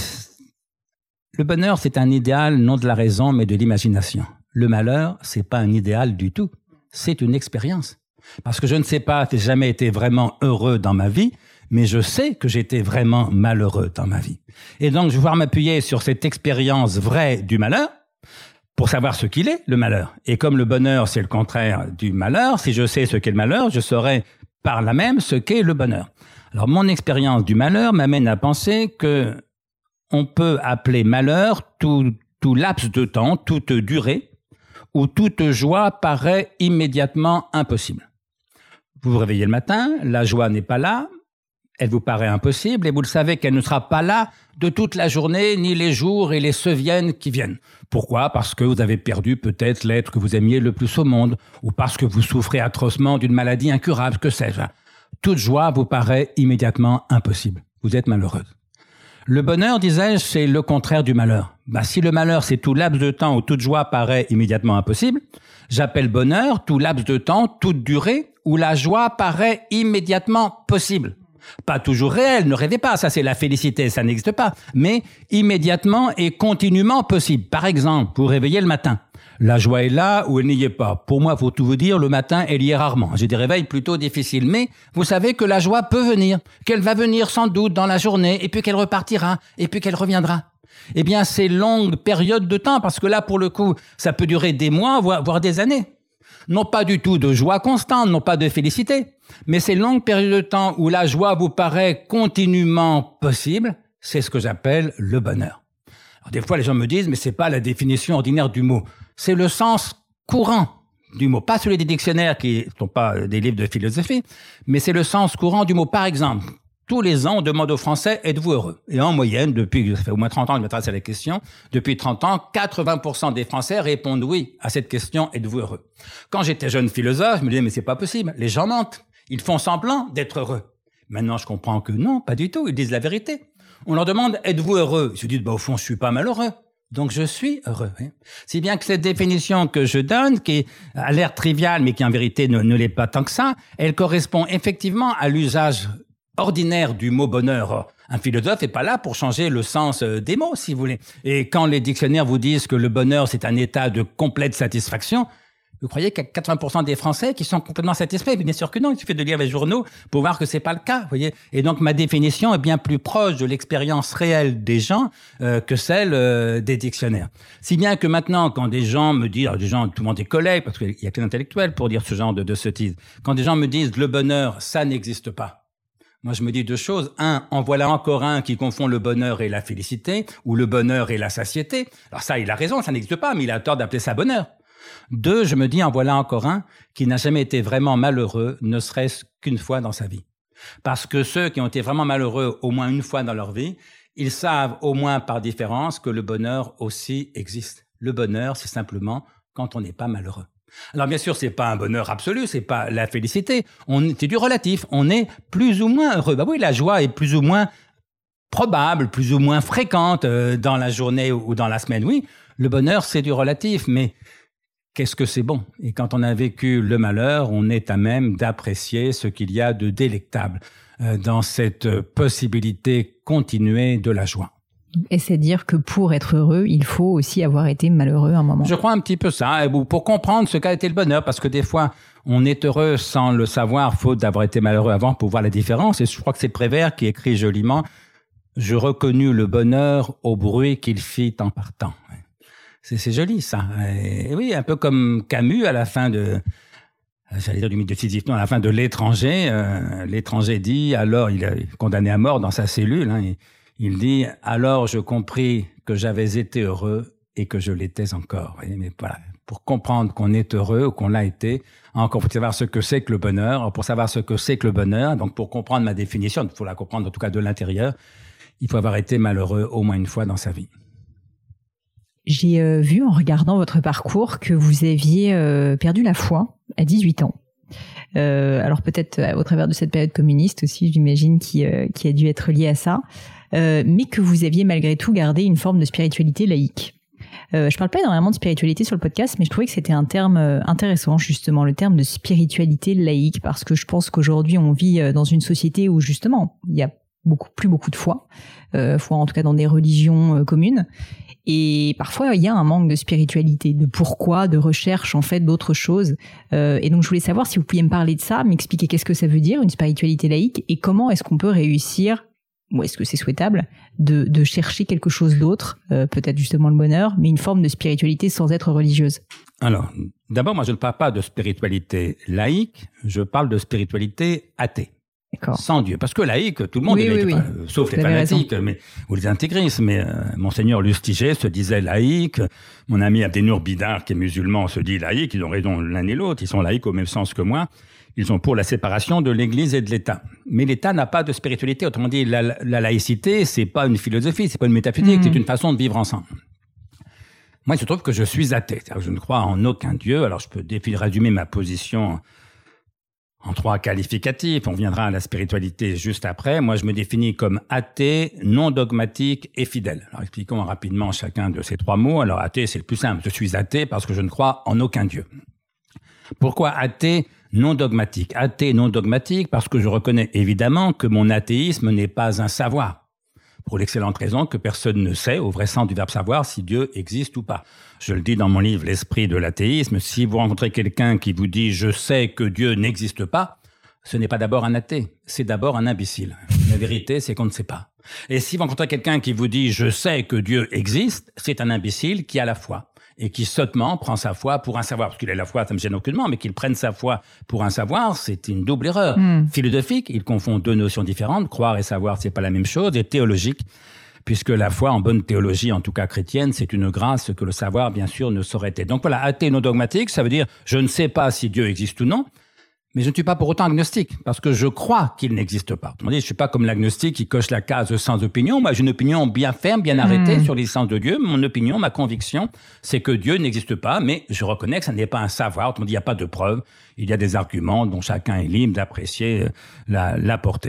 [SPEAKER 2] le bonheur, c'est un idéal, non de la raison, mais de l'imagination. Le malheur, c'est pas un idéal du tout. C'est une expérience. Parce que je ne sais pas, j'ai jamais été vraiment heureux dans ma vie, mais je sais que j'étais vraiment malheureux dans ma vie. Et donc, je vais pouvoir m'appuyer sur cette expérience vraie du malheur pour savoir ce qu'il est, le malheur. Et comme le bonheur, c'est le contraire du malheur, si je sais ce qu'est le malheur, je saurai par là même ce qu'est le bonheur. Alors, mon expérience du malheur m'amène à penser que on peut appeler malheur tout, tout laps de temps, toute durée, où toute joie paraît immédiatement impossible. Vous vous réveillez le matin, la joie n'est pas là, elle vous paraît impossible et vous le savez qu'elle ne sera pas là de toute la journée, ni les jours et les semaines qui viennent. Pourquoi? Parce que vous avez perdu peut-être l'être que vous aimiez le plus au monde, ou parce que vous souffrez atrocement d'une maladie incurable, que sais-je. Toute joie vous paraît immédiatement impossible. Vous êtes malheureuse. Le bonheur, disais-je, c'est le contraire du malheur. Bah, si le malheur, c'est tout laps de temps où toute joie paraît immédiatement impossible, j'appelle bonheur tout laps de temps, toute durée, où la joie paraît immédiatement possible. Pas toujours réel, ne rêvez pas, ça c'est la félicité, ça n'existe pas, mais immédiatement et continuellement possible. Par exemple, vous réveillez le matin, la joie est là ou elle n'y est pas. Pour moi, faut tout vous dire, le matin, elle y est rarement. J'ai des réveils plutôt difficiles, mais vous savez que la joie peut venir, qu'elle va venir sans doute dans la journée, et puis qu'elle repartira, et puis qu'elle reviendra. Eh bien, c'est longues périodes de temps, parce que là, pour le coup, ça peut durer des mois, voire, voire des années. Non pas du tout de joie constante, non pas de félicité, mais ces longues périodes de temps où la joie vous paraît continuellement possible, c'est ce que j'appelle le bonheur. Alors, des fois, les gens me disent, mais c'est pas la définition ordinaire du mot. C'est le sens courant du mot, pas celui des dictionnaires qui ne sont pas des livres de philosophie, mais c'est le sens courant du mot. Par exemple, tous les ans, on demande aux Français, êtes-vous heureux? Et en moyenne, depuis, ça fait au moins trente ans que je m'intéresse à la question, depuis trente ans, quatre-vingts pour cent des Français répondent oui à cette question, êtes-vous heureux? Quand j'étais jeune philosophe, je me disais, mais c'est pas possible, les gens mentent, ils font semblant d'être heureux. Maintenant, je comprends que non, pas du tout, ils disent la vérité. On leur demande, êtes-vous heureux? Ils se disent, bah, au fond, je suis pas malheureux. Donc, je suis heureux. Hein. Si bien que cette définition que je donne, qui a l'air triviale, mais qui en vérité ne, ne l'est pas tant que ça, elle correspond effectivement à l'usage ordinaire du mot bonheur. Un philosophe n'est pas là pour changer le sens des mots, si vous voulez. Et quand les dictionnaires vous disent que le bonheur, c'est un état de complète satisfaction, vous croyez qu'il y a quatre-vingts pour cent des Français qui sont complètement satisfaits? Bien sûr que non, il suffit de lire les journaux pour voir que c'est pas le cas, vous voyez. Et donc, ma définition est bien plus proche de l'expérience réelle des gens euh, que celle euh, des dictionnaires. Si bien que maintenant, quand des gens me disent, des gens, tout le monde est collègues, parce qu'il y a que l'intellectuel pour dire ce genre de, de sottise, quand des gens me disent le bonheur, ça n'existe pas. Moi, je me dis deux choses. Un, en voilà encore un qui confond le bonheur et la félicité, ou le bonheur et la satiété. Alors ça, il a raison, ça n'existe pas, mais il a tort d'appeler ça bonheur. Deux, je me dis, en voilà encore un qui n'a jamais été vraiment malheureux, ne serait-ce qu'une fois dans sa vie. Parce que ceux qui ont été vraiment malheureux au moins une fois dans leur vie, ils savent au moins par différence que le bonheur aussi existe. Le bonheur, c'est simplement quand on n'est pas malheureux. Alors bien sûr, c'est pas un bonheur absolu, c'est pas la félicité, on, c'est du relatif, on est plus ou moins heureux. Bah oui, la joie est plus ou moins probable, plus ou moins fréquente euh, dans la journée ou dans la semaine. Oui, le bonheur, c'est du relatif, mais qu'est-ce que c'est bon? Et quand on a vécu le malheur, on est à même d'apprécier ce qu'il y a de délectable euh, dans cette possibilité continuée de la joie.
[SPEAKER 1] Est-ce à dire que pour être heureux, il faut aussi avoir été malheureux à un moment?
[SPEAKER 2] Je crois un petit peu ça, pour comprendre ce qu'a été le bonheur, parce que des fois, on est heureux sans le savoir, faute d'avoir été malheureux avant pour voir la différence. Et je crois que c'est Prévert qui écrit joliment « Je reconnus le bonheur au bruit qu'il fit en partant ». C'est, c'est joli, ça. Et oui, un peu comme Camus à la fin de... J'allais dire du mythe de Sisyphe, non, à la fin de L'étranger. Euh, L'étranger dit, alors, il est condamné à mort dans sa cellule, hein, il, il dit « Alors je compris que j'avais été heureux et que je l'étais encore ». Vous voyez, mais voilà, pour comprendre qu'on est heureux ou qu'on l'a été, encore faut savoir ce que c'est que le bonheur. Pour savoir ce que c'est que le bonheur, donc pour comprendre ma définition, il faut la comprendre en tout cas de l'intérieur, il faut avoir été malheureux au moins une fois dans sa vie.
[SPEAKER 1] J'ai euh, vu en regardant votre parcours que vous aviez euh, perdu la foi à dix-huit ans. Euh, alors peut-être euh, au travers de cette période communiste aussi, j'imagine, qui, euh, qui a dû être liée à ça, euh, mais que vous aviez malgré tout gardé une forme de spiritualité laïque. Euh, je parle pas énormément de spiritualité sur le podcast, mais je trouvais que c'était un terme euh, intéressant, justement, le terme de spiritualité laïque, parce que je pense qu'aujourd'hui on vit euh, dans une société où justement il y a beaucoup plus beaucoup de foi, euh, foi en tout cas dans des religions euh, communes. Et parfois, il y a un manque de spiritualité, de pourquoi, de recherche, en fait, d'autres choses. Euh, et donc, je voulais savoir si vous pouviez me parler de ça, m'expliquer qu'est-ce que ça veut dire, une spiritualité laïque, et comment est-ce qu'on peut réussir, ou est-ce que c'est souhaitable, de, de chercher quelque chose d'autre, euh, peut-être justement le bonheur, mais une forme de spiritualité sans être religieuse.
[SPEAKER 2] Alors, d'abord, moi, je ne parle pas de spiritualité laïque, je parle de spiritualité athée. D'accord. Sans Dieu. Parce que laïque, tout le monde oui, est laïque, oui, oui. Enfin, sauf Vous les fanatiques mais, ou les intégristes. Mais euh, Monseigneur Lustiger se disait laïque. Mon ami Abdenour Bidar, qui est musulman, se dit laïque. Ils ont raison l'un et l'autre. Ils sont laïques au même sens que moi. Ils sont pour la séparation de l'Église et de l'État. Mais l'État n'a pas de spiritualité. Autrement dit, la, la laïcité, c'est pas une philosophie, c'est pas une métaphysique, mmh. c'est une façon de vivre ensemble. Moi, il se trouve que je suis athée. C'est-à-dire que je ne crois en aucun Dieu. Alors, je peux résumer ma position en trois qualificatifs. On viendra à la spiritualité juste après. Moi, je me définis comme athée, non dogmatique et fidèle. Alors, expliquons rapidement chacun de ces trois mots. Alors, athée, c'est le plus simple. Je suis athée parce que je ne crois en aucun Dieu. Pourquoi athée, non dogmatique? Athée, non dogmatique parce que je reconnais évidemment que mon athéisme n'est pas un savoir. Pour l'excellente raison que personne ne sait, au vrai sens du verbe savoir, si Dieu existe ou pas. Je le dis dans mon livre « L'esprit de l'athéisme », si vous rencontrez quelqu'un qui vous dit « je sais que Dieu n'existe pas », ce n'est pas d'abord un athée, c'est d'abord un imbécile. La vérité, c'est qu'on ne sait pas. Et si vous rencontrez quelqu'un qui vous dit « je sais que Dieu existe », c'est un imbécile qui a la foi et qui sottement prend sa foi pour un savoir. Parce qu'il a la foi, ça me gêne aucunement, mais qu'il prenne sa foi pour un savoir, c'est une double erreur. Mmh. Philosophique, il confond deux notions différentes. Croire et savoir, c'est pas la même chose. Et théologique, puisque la foi, en bonne théologie, en tout cas chrétienne, c'est une grâce que le savoir, bien sûr, ne saurait être. Donc voilà, athée non dogmatique, ça veut dire je ne sais pas si Dieu existe ou non, mais je ne suis pas pour autant agnostique, parce que je crois qu'il n'existe pas. Autrement dit, je ne suis pas comme l'agnostique qui coche la case sans opinion. Moi, j'ai une opinion bien ferme, bien arrêtée mmh. sur l'existence de Dieu. Mon opinion, ma conviction, c'est que Dieu n'existe pas, mais je reconnais que ça n'est pas un savoir. Autrement dit, il n'y a pas de preuve. Il y a des arguments dont chacun est libre d'apprécier la, la portée.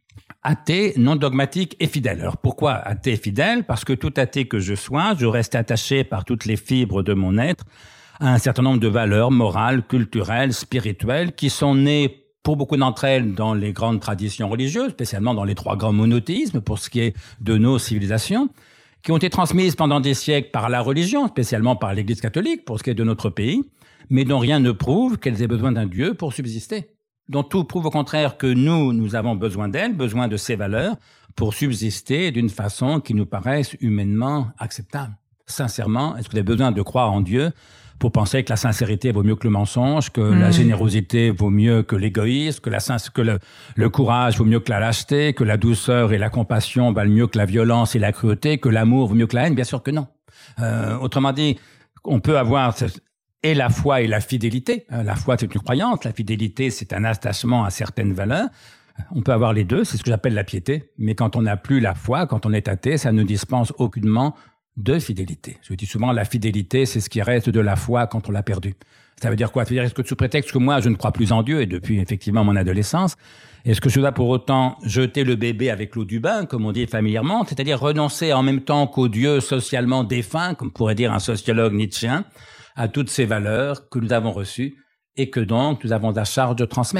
[SPEAKER 2] Athée, non dogmatique et fidèle. Alors pourquoi athée et fidèle? Parce que tout athée que je sois, je reste attaché par toutes les fibres de mon être à un certain nombre de valeurs morales, culturelles, spirituelles, qui sont nées, pour beaucoup d'entre elles, dans les grandes traditions religieuses, spécialement dans les trois grands monothéismes, pour ce qui est de nos civilisations, qui ont été transmises pendant des siècles par la religion, spécialement par l'Église catholique, pour ce qui est de notre pays, mais dont rien ne prouve qu'elles aient besoin d'un Dieu pour subsister. Dont tout prouve au contraire que nous, nous avons besoin d'elles, besoin de ces valeurs, pour subsister d'une façon qui nous paraisse humainement acceptable. Sincèrement, est-ce que vous avez besoin de croire en Dieu pour penser que la sincérité vaut mieux que le mensonge, que mmh. la générosité vaut mieux que l'égoïsme, que, la, que le, le courage vaut mieux que la lâcheté, que la douceur et la compassion valent mieux que la violence et la cruauté, que l'amour vaut mieux que la haine? Bien sûr que non. Euh, autrement dit, on peut avoir et la foi et la fidélité. La foi, c'est une croyance. La fidélité, c'est un attachement à certaines valeurs. On peut avoir les deux, c'est ce que j'appelle la piété. Mais quand on n'a plus la foi, quand on est athée, ça ne dispense aucunement de fidélité. Je dis souvent, la fidélité, c'est ce qui reste de la foi quand on l'a perdue. Ça veut dire quoi? Ça veut dire, est-ce que sous prétexte que moi, je ne crois plus en Dieu, et depuis effectivement mon adolescence, est-ce que je dois pour autant jeter le bébé avec l'eau du bain, comme on dit familièrement, c'est-à-dire renoncer en même temps qu'au Dieu socialement défunt, comme pourrait dire un sociologue nietzschéen, à toutes ces valeurs que nous avons reçues et que donc nous avons la charge de transmettre?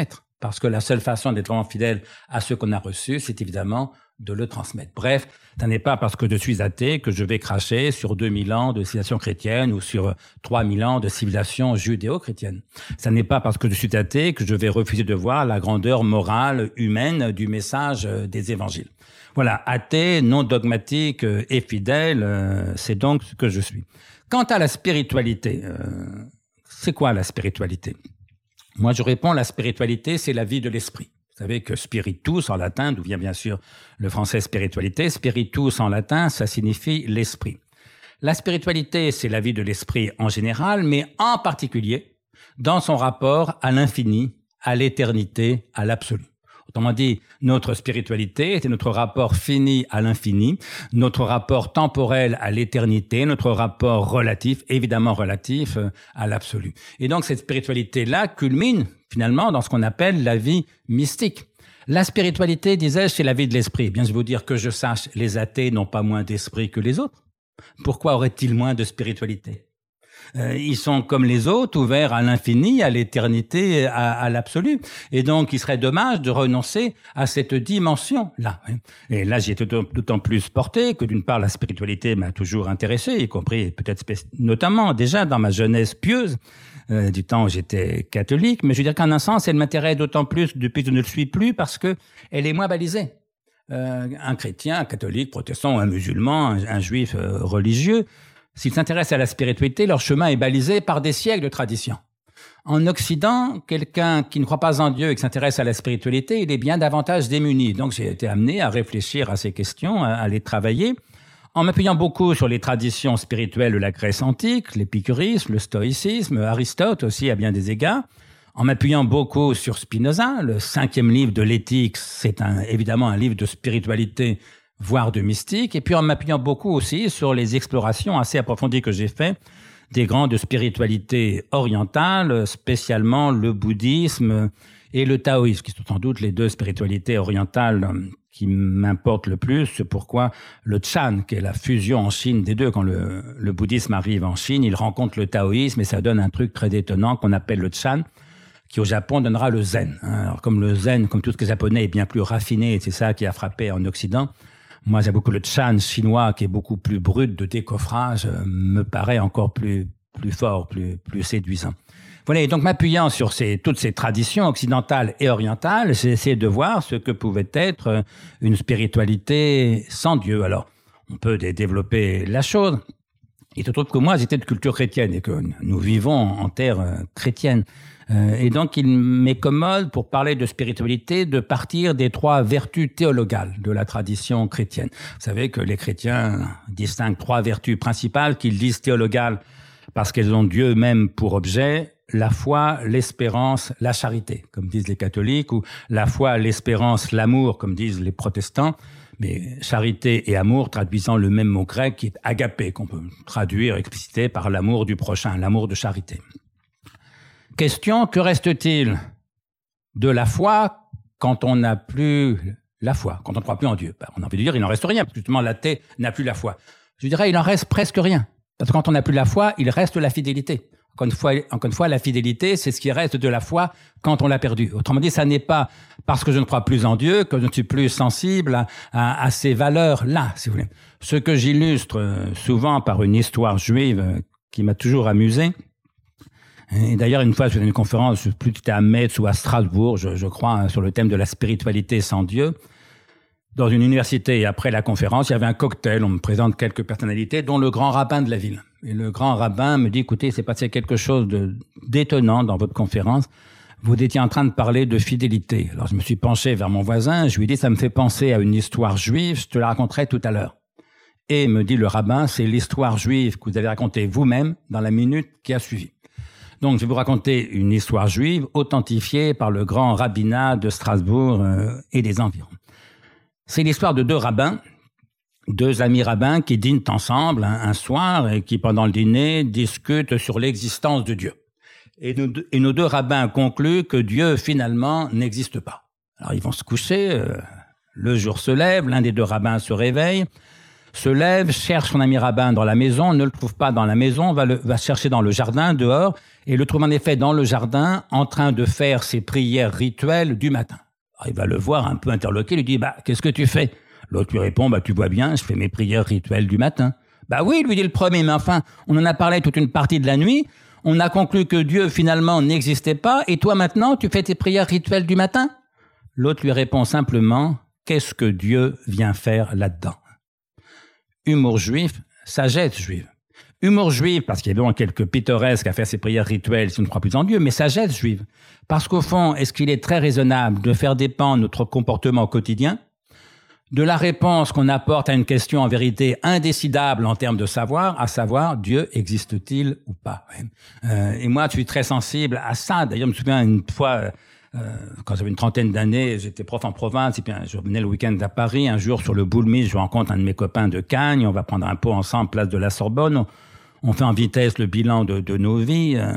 [SPEAKER 2] Parce que la seule façon d'être vraiment fidèle à ce qu'on a reçu, c'est évidemment de le transmettre. Bref, ce n'est pas parce que je suis athée que je vais cracher sur deux mille ans de civilisation chrétienne ou sur trois mille ans de civilisation judéo-chrétienne. Ce n'est pas parce que je suis athée que je vais refuser de voir la grandeur morale humaine du message des évangiles. Voilà, athée, non dogmatique et fidèle, c'est donc ce que je suis. Quant à la spiritualité, euh, c'est quoi la spiritualité ? Moi, je réponds, la spiritualité, c'est la vie de l'esprit. Vous savez que spiritus en latin, d'où vient bien sûr le français spiritualité, spiritus en latin, ça signifie l'esprit. La spiritualité, c'est la vie de l'esprit en général, mais en particulier dans son rapport à l'infini, à l'éternité, à l'absolu. Autrement dit, notre spiritualité, c'est notre rapport fini à l'infini, notre rapport temporel à l'éternité, notre rapport relatif, évidemment relatif, à l'absolu. Et donc, cette spiritualité-là culmine, finalement, dans ce qu'on appelle la vie mystique. La spiritualité, disais-je, c'est la vie de l'esprit. Eh bien, je vais vous dire que je sache, les athées n'ont pas moins d'esprit que les autres. Pourquoi auraient-ils moins de spiritualité ? Euh, ils sont comme les autres, ouverts à l'infini, à l'éternité, à, à l'absolu. Et donc, il serait dommage de renoncer à cette dimension-là. Et là, j'y ai d'autant plus porté que, d'une part, la spiritualité m'a toujours intéressé, y compris peut-être notamment déjà dans ma jeunesse pieuse, euh, du temps où j'étais catholique. Mais je veux dire qu'en un sens, elle m'intéresse d'autant plus depuis que je ne le suis plus parce que elle est moins balisée. Euh, un chrétien, un catholique, protestant, un musulman, un, un juif euh, religieux, s'ils s'intéressent à la spiritualité, leur chemin est balisé par des siècles de tradition. En Occident, quelqu'un qui ne croit pas en Dieu et qui s'intéresse à la spiritualité, il est bien davantage démuni. Donc j'ai été amené à réfléchir à ces questions, à les travailler, en m'appuyant beaucoup sur les traditions spirituelles de la Grèce antique, l'épicurisme, le stoïcisme, Aristote aussi à bien des égards, en m'appuyant beaucoup sur Spinoza. Le cinquième livre de l'éthique, c'est un, évidemment un livre de spiritualité, voire de mystique, et puis en m'appuyant beaucoup aussi sur les explorations assez approfondies que j'ai faites des grandes spiritualités orientales, spécialement le bouddhisme et le taoïsme, qui sont sans doute les deux spiritualités orientales qui m'importent le plus. C'est pourquoi le Chan, qui est la fusion en Chine des deux, quand le, le bouddhisme arrive en Chine, il rencontre le taoïsme et ça donne un truc très détonnant qu'on appelle le Chan, qui au Japon donnera le zen. Alors comme le zen, comme tout ce qui est japonais, est bien plus raffiné, et c'est ça qui a frappé en Occident, moi, j'ai beaucoup le Chan chinois qui est beaucoup plus brut de décoffrage, euh, me paraît encore plus plus fort, plus plus séduisant. Voilà, et donc m'appuyant sur ces toutes ces traditions occidentales et orientales, j'ai essayé de voir ce que pouvait être une spiritualité sans Dieu. Alors, on peut développer la chose. Il se trouve que moi, j'étais de culture chrétienne et que nous vivons en terre chrétienne. Euh, et donc, il m'est commode, pour parler de spiritualité, de partir des trois vertus théologales de la tradition chrétienne. Vous savez que les chrétiens distinguent trois vertus principales qu'ils disent théologales parce qu'elles ont Dieu même pour objet: la foi, l'espérance, la charité, comme disent les catholiques, ou la foi, l'espérance, l'amour, comme disent les protestants. Mais charité et amour traduisant le même mot grec qui est agapé, qu'on peut traduire, expliciter par l'amour du prochain, l'amour de charité. Question, que reste-t-il de la foi quand on n'a plus la foi, quand on ne croit plus en Dieu? Ben, on a envie de dire, il n'en reste rien, parce que justement l'athée n'a plus la foi. Je dirais, il en reste presque rien. Parce que quand on n'a plus la foi, il reste la fidélité. Encore une fois, encore une fois, la fidélité, c'est ce qui reste de la foi quand on l'a perdue. Autrement dit, ça n'est pas parce que je ne crois plus en Dieu que je ne suis plus sensible à, à, à ces valeurs-là, si vous voulez. Ce que j'illustre souvent par une histoire juive qui m'a toujours amusé. Et d'ailleurs, une fois, je faisais une conférence, plus c'était à Metz ou à Strasbourg, je, je crois, sur le thème de la spiritualité sans Dieu. Dans une université, et après la conférence, il y avait un cocktail, on me présente quelques personnalités, dont le grand rabbin de la ville. Et le grand rabbin me dit, écoutez, il s'est passé quelque chose de, d'étonnant dans votre conférence. Vous étiez en train de parler de fidélité. Alors je me suis penché vers mon voisin, je lui ai dit, ça me fait penser à une histoire juive, je te la raconterai tout à l'heure. Et me dit le rabbin, c'est l'histoire juive que vous avez racontée vous-même dans la minute qui a suivi. Donc, je vais vous raconter une histoire juive authentifiée par le grand rabbinat de Strasbourg euh, et des environs. C'est l'histoire de deux rabbins, deux amis rabbins qui dînent ensemble un, un soir et qui, pendant le dîner, discutent sur l'existence de Dieu. Et, nous, et nos deux rabbins concluent que Dieu, finalement, n'existe pas. Alors, ils vont se coucher, euh, le jour se lève, l'un des deux rabbins se réveille, se lève, cherche son ami rabbin dans la maison, ne le trouve pas dans la maison, va le va chercher dans le jardin, dehors, et le trouve en effet dans le jardin, en train de faire ses prières rituelles du matin. Alors, il va le voir un peu interloqué, lui dit, bah, qu'est-ce que tu fais? L'autre lui répond, bah, tu vois bien, je fais mes prières rituelles du matin. Bah oui, lui dit le premier, mais enfin, on en a parlé toute une partie de la nuit, on a conclu que Dieu finalement n'existait pas, et toi maintenant, tu fais tes prières rituelles du matin? L'autre lui répond simplement, qu'est-ce que Dieu vient faire là-dedans? Humour juif, sagesse juive. Humour juif, parce qu'il y a bien quelques pittoresques à faire ses prières rituelles si on ne croit plus en Dieu, mais sagesse juive. Parce qu'au fond, est-ce qu'il est très raisonnable de faire dépendre notre comportement quotidien de la réponse qu'on apporte à une question en vérité indécidable en termes de savoir, à savoir, Dieu existe-t-il ou pas? euh, Et moi, je suis très sensible à ça. D'ailleurs, je me souviens une fois... Euh, quand j'avais une trentaine d'années, j'étais prof en province, et puis je revenais le week-end à Paris. Un jour, sur le boule mise, je rencontre un de mes copains de Cagnes. On va prendre un pot ensemble, place de la Sorbonne. On, on fait en vitesse le bilan de, de nos vies. Euh,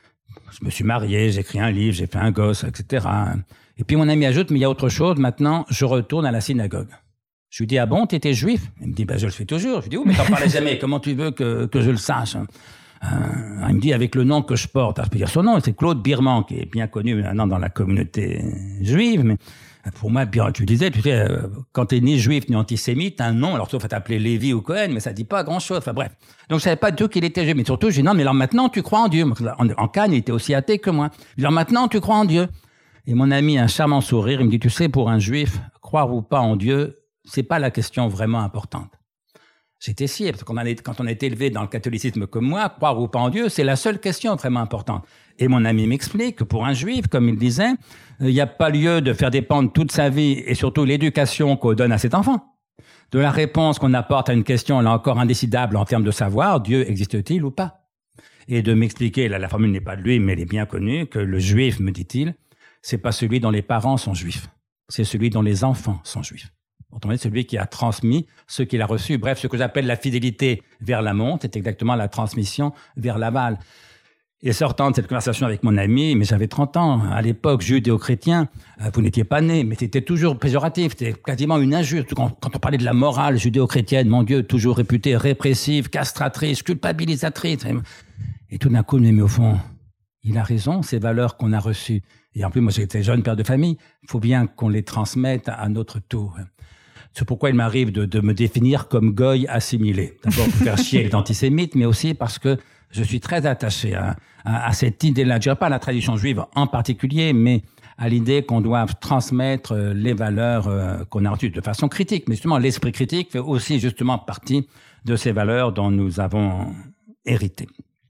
[SPEAKER 2] je me suis marié, j'ai écrit un livre, j'ai fait un gosse, et cetera. Et puis mon ami ajoute, mais il y a autre chose. Maintenant, je retourne à la synagogue. Je lui dis, ah bon, t'étais juif? Il me dit, ben je le fais toujours. Je lui dis, oh, mais t'en parlais jamais. Comment tu veux que, que je le sache? Euh, il me dit avec le nom que je porte, je peux dire son nom, c'est Claude Birman, qui est bien connu maintenant dans la communauté juive, mais pour moi, tu disais, tu sais, quand t'es ni juif ni antisémite, un nom, alors sauf à t'appeler Lévi ou Cohen, mais ça dit pas grand-chose, enfin bref. Donc je savais pas du tout qu'il était juif, mais surtout, je dis non, mais alors maintenant tu crois en Dieu. En, en Cannes, il était aussi athée que moi. Je dis, alors maintenant tu crois en Dieu. Et mon ami, un charmant sourire, il me dit, tu sais, pour un juif, croire ou pas en Dieu, c'est pas la question vraiment importante. J'étais scié, parce que quand on, a, quand on est élevé dans le catholicisme comme moi, croire ou pas en Dieu, c'est la seule question vraiment importante. Et mon ami m'explique que pour un juif, comme il disait, il n'y a pas lieu de faire dépendre toute sa vie et surtout l'éducation qu'on donne à cet enfant de la réponse qu'on apporte à une question, là encore indécidable en termes de savoir, Dieu existe-t-il ou pas? Et de m'expliquer, là la formule n'est pas de lui, mais elle est bien connue, que le juif, me dit-il, c'est pas celui dont les parents sont juifs, c'est celui dont les enfants sont juifs. Autrement dit, celui qui a transmis ce qu'il a reçu. Bref, ce que j'appelle la fidélité vers l'amont, c'est exactement la transmission vers l'aval. Et sortant de cette conversation avec mon ami, mais j'avais trente ans, à l'époque, judéo-chrétien, vous n'étiez pas né, mais c'était toujours péjoratif, c'était quasiment une injure. Quand, quand on parlait de la morale judéo-chrétienne, mon Dieu, toujours réputée répressive, castratrice, culpabilisatrice. Et tout d'un coup, mais au fond, il a raison, ces valeurs qu'on a reçues. Et en plus, moi, j'étais jeune père de famille, il faut bien qu'on les transmette à notre tour. C'est pourquoi il m'arrive de, de me définir comme goy assimilé. D'abord pour faire chier les antisémites, mais aussi parce que je suis très attaché à, à, à cette idée-là. Je dirais pas à la tradition juive en particulier, mais à l'idée qu'on doit transmettre les valeurs euh, qu'on a reçues de façon critique. Mais justement, l'esprit critique fait aussi justement partie de ces valeurs dont nous avons hérité.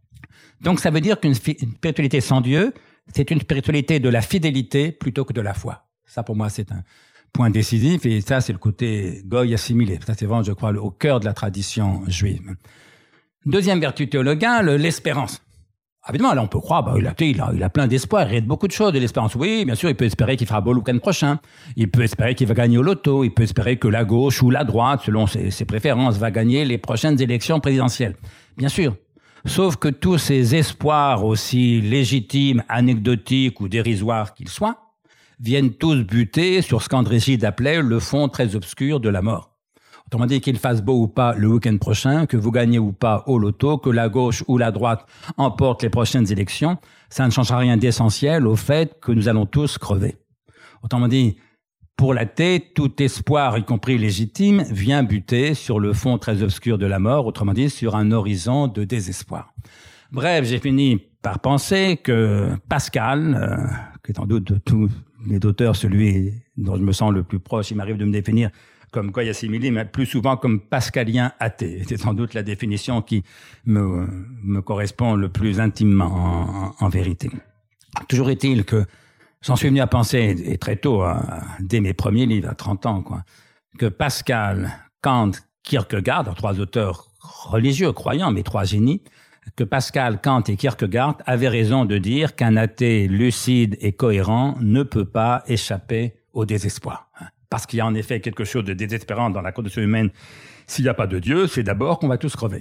[SPEAKER 2] Donc ça veut dire qu'une une spiritualité sans Dieu, c'est une spiritualité de la fidélité plutôt que de la foi. Ça, pour moi, c'est un point décisif, et ça, c'est le côté goy assimilé. Ça, c'est vraiment, je crois, au cœur de la tradition juive. Deuxième vertu théologale, l'espérance. Évidemment, là, on peut croire, bah, il a, il a, il a plein d'espoir, il y a beaucoup de choses de l'espérance. Oui, bien sûr, il peut espérer qu'il fera beau le week-end prochain. Il peut espérer qu'il va gagner au loto. Il peut espérer que la gauche ou la droite, selon ses, ses préférences, va gagner les prochaines élections présidentielles. Bien sûr. Sauf que tous ces espoirs, aussi légitimes, anecdotiques ou dérisoires qu'ils soient, viennent tous buter sur ce qu'André Gide appelait le fond très obscur de la mort. Autrement dit, qu'il fasse beau ou pas le week-end prochain, que vous gagnez ou pas au loto, que la gauche ou la droite emporte les prochaines élections, ça ne changera rien d'essentiel au fait que nous allons tous crever. Autrement dit, pour l'athée, tout espoir, y compris légitime, vient buter sur le fond très obscur de la mort, autrement dit, sur un horizon de désespoir. Bref, j'ai fini par penser que Pascal, euh, qui est en doute de tous les auteurs, celui dont je me sens le plus proche, il m'arrive de me définir comme goy assimilé, mais plus souvent comme pascalien athée. C'est sans doute la définition qui me, me correspond le plus intimement en, en vérité. Toujours est-il que j'en suis venu à penser, et très tôt, hein, dès mes premiers livres, à trente ans, quoi, que Pascal, Kant, Kierkegaard, trois auteurs religieux, croyants, mais trois génies, que Pascal, Kant et Kierkegaard avaient raison de dire qu'un athée lucide et cohérent ne peut pas échapper au désespoir. Parce qu'il y a en effet quelque chose de désespérant dans la condition humaine. S'il n'y a pas de Dieu, c'est d'abord qu'on va tous crever.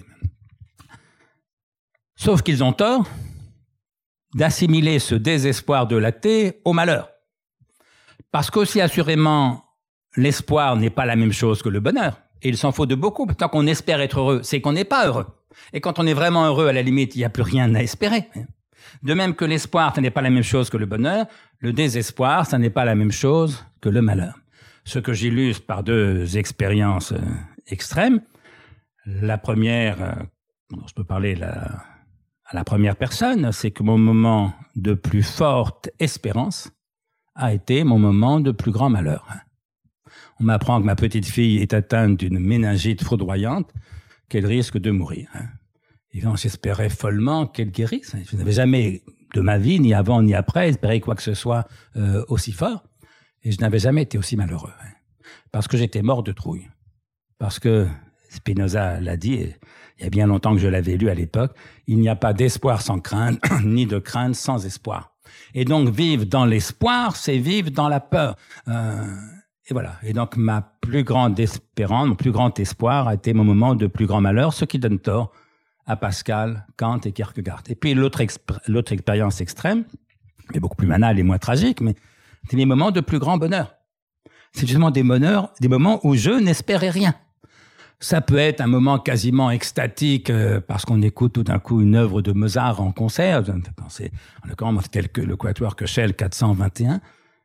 [SPEAKER 2] Sauf qu'ils ont tort d'assimiler ce désespoir de l'athée au malheur. Parce qu'aussi assurément, l'espoir n'est pas la même chose que le bonheur. Et il s'en faut de beaucoup. Tant qu'on espère être heureux, c'est qu'on n'est pas heureux. Et quand on est vraiment heureux, à la limite, il n'y a plus rien à espérer. De même que l'espoir, ça n'est pas la même chose que le bonheur. Le désespoir, ça n'est pas la même chose que le malheur. Ce que j'illustre par deux expériences euh, extrêmes. La première, euh, je peux parler la, à la première personne, c'est que mon moment de plus forte espérance a été mon moment de plus grand malheur. On m'apprend que ma petite fille est atteinte d'une méningite foudroyante, qu'elle risque de mourir. Et quand j'espérais follement qu'elle guérisse, je n'avais jamais de ma vie, ni avant ni après, espéré quoi que ce soit euh, aussi fort. Et je n'avais jamais été aussi malheureux. Parce que j'étais mort de trouille. Parce que Spinoza l'a dit, et il y a bien longtemps que je l'avais lu à l'époque, il n'y a pas d'espoir sans crainte, ni de crainte sans espoir. Et donc, vivre dans l'espoir, c'est vivre dans la peur. Euh, et voilà. Et donc, ma plus grande espérance, mon plus grand espoir a été mon moment de plus grand malheur, ce qui donne tort à Pascal, Kant et Kierkegaard. Et puis, l'autre, exp- l'autre expérience extrême, mais beaucoup plus banale et moins tragique, mais c'est les moments de plus grand bonheur. C'est justement des bonheurs, des moments où je n'espérais rien. Ça peut être un moment quasiment extatique euh, parce qu'on écoute tout d'un coup une œuvre de Mozart en concert. Je me fais penser, en l'occurrence, tel que le Quatuor Köchel quatre cent vingt et un.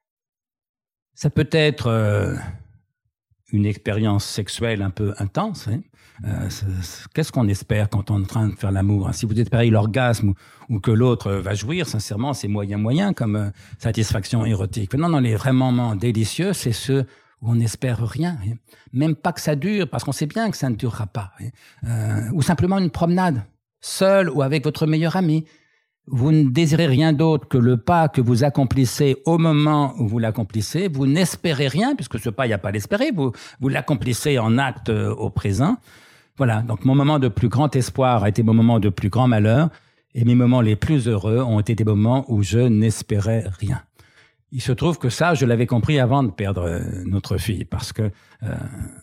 [SPEAKER 2] Ça peut être euh, une expérience sexuelle un peu intense. Hein. Euh, c'est, c'est, qu'est-ce qu'on espère quand on est en train de faire l'amour, hein? Si vous espérez l'orgasme ou, ou que l'autre va jouir, sincèrement, c'est moyen-moyen comme euh, satisfaction érotique. Non, non, les vrais moments délicieux, c'est ceux où on n'espère rien, hein. Même pas que ça dure, parce qu'on sait bien que ça ne durera pas. Hein. Euh, ou simplement une promenade, seul ou avec votre meilleur ami. Vous ne désirez rien d'autre que le pas que vous accomplissez au moment où vous l'accomplissez. Vous n'espérez rien, puisque ce pas, il n'y a pas à l'espérer. Vous, vous l'accomplissez en acte euh, au présent. Voilà, donc mon moment de plus grand espoir a été mon moment de plus grand malheur. Et mes moments les plus heureux ont été des moments où je n'espérais rien. Il se trouve que ça, je l'avais compris avant de perdre euh, notre fille, parce que euh,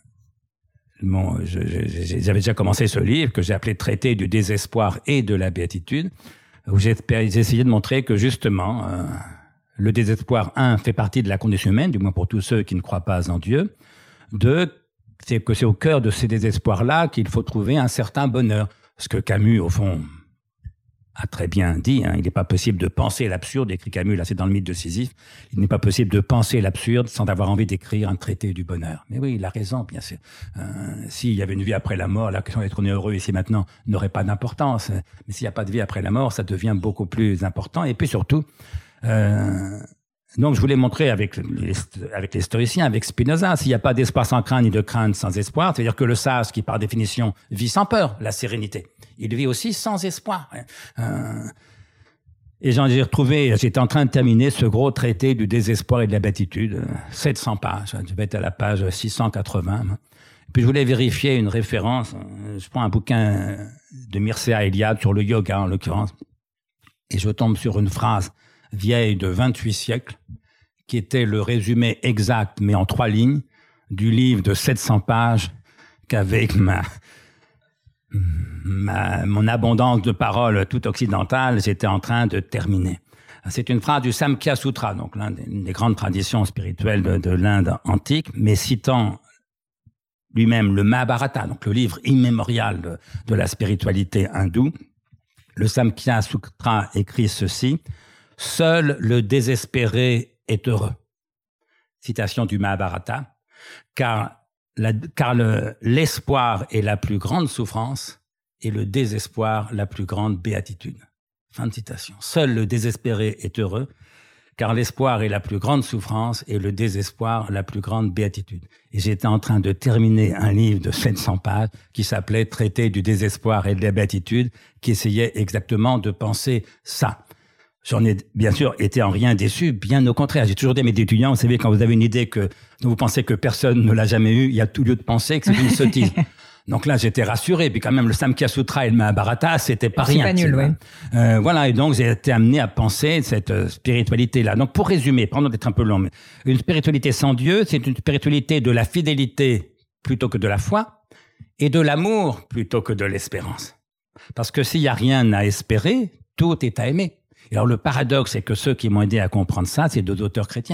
[SPEAKER 2] bon, je, je, j'avais déjà commencé ce livre que j'ai appelé « Traité du désespoir et de la béatitude », où j'ai, j'ai essayé de montrer que justement, euh, le désespoir, un, fait partie de la condition humaine, du moins pour tous ceux qui ne croient pas en Dieu. Deux, c'est que c'est au cœur de ces désespoirs-là qu'il faut trouver un certain bonheur. Ce que Camus, au fond, a très bien dit, hein, il n'est pas possible de penser l'absurde, écrit Camus, là c'est dans le mythe de Sisyphe, il n'est pas possible de penser l'absurde sans avoir envie d'écrire un traité du bonheur. Mais oui, il a raison, bien sûr. Euh, s'il y avait une vie après la mort, la question d'être heureux ici maintenant n'aurait pas d'importance. Mais s'il n'y a pas de vie après la mort, ça devient beaucoup plus important. Et puis surtout, euh, donc je voulais montrer avec les, avec les stoïciens, avec Spinoza, s'il n'y a pas d'espoir sans crainte ni de crainte sans espoir, c'est-à-dire que le sage qui par définition vit sans peur, la sérénité, il vit aussi sans espoir. Euh, et j'en ai retrouvé, j'étais en train de terminer ce gros traité du désespoir et de la béatitude, sept cents pages, je vais être à la page six cent quatre-vingts. Puis je voulais vérifier une référence, je prends un bouquin de Mircea Eliade sur le yoga en l'occurrence, et je tombe sur une phrase vieille de vingt-huit siècles, qui était le résumé exact, mais en trois lignes, du livre de sept cents pages qu'avec ma, ma, mon abondance de paroles tout occidentale, j'étais en train de terminer. C'est une phrase du Samkhya Sutra, donc l'une des, des grandes traditions spirituelles de, de l'Inde antique, mais citant lui-même le Mahabharata, donc le livre immémorial de, de la spiritualité hindoue. Le Samkhya Sutra écrit ceci: « Seul le désespéré est heureux ». Citation du Mahabharata. Car, la, car le, l'espoir est la plus grande souffrance et le désespoir la plus grande béatitude. Fin de citation. Seul le désespéré est heureux, car l'espoir est la plus grande souffrance et le désespoir la plus grande béatitude. Et j'étais en train de terminer un livre de sept cents pages qui s'appelait « Traité du désespoir et de la béatitude », qui essayait exactement de penser ça. J'en ai bien sûr été en rien déçu, bien au contraire. J'ai toujours dit à mes étudiants, vous savez, quand vous avez une idée que dont vous pensez que personne ne l'a jamais eue, il y a tout lieu de penser que c'est une sottise. Donc là, j'étais rassuré. Puis quand même, le Samkhya Sutra et le Mahabharata, c'était pas
[SPEAKER 1] c'est
[SPEAKER 2] rien.
[SPEAKER 1] C'est pas nul, oui.
[SPEAKER 2] Euh, voilà, et donc j'ai été amené à penser cette euh, spiritualité-là. Donc pour résumer, pardon d'être un peu long, mais une spiritualité sans Dieu, c'est une spiritualité de la fidélité plutôt que de la foi, et de l'amour plutôt que de l'espérance. Parce que s'il y a rien à espérer, tout est à aimer. Et alors le paradoxe, c'est que ceux qui m'ont aidé à comprendre ça, c'est deux auteurs chrétiens.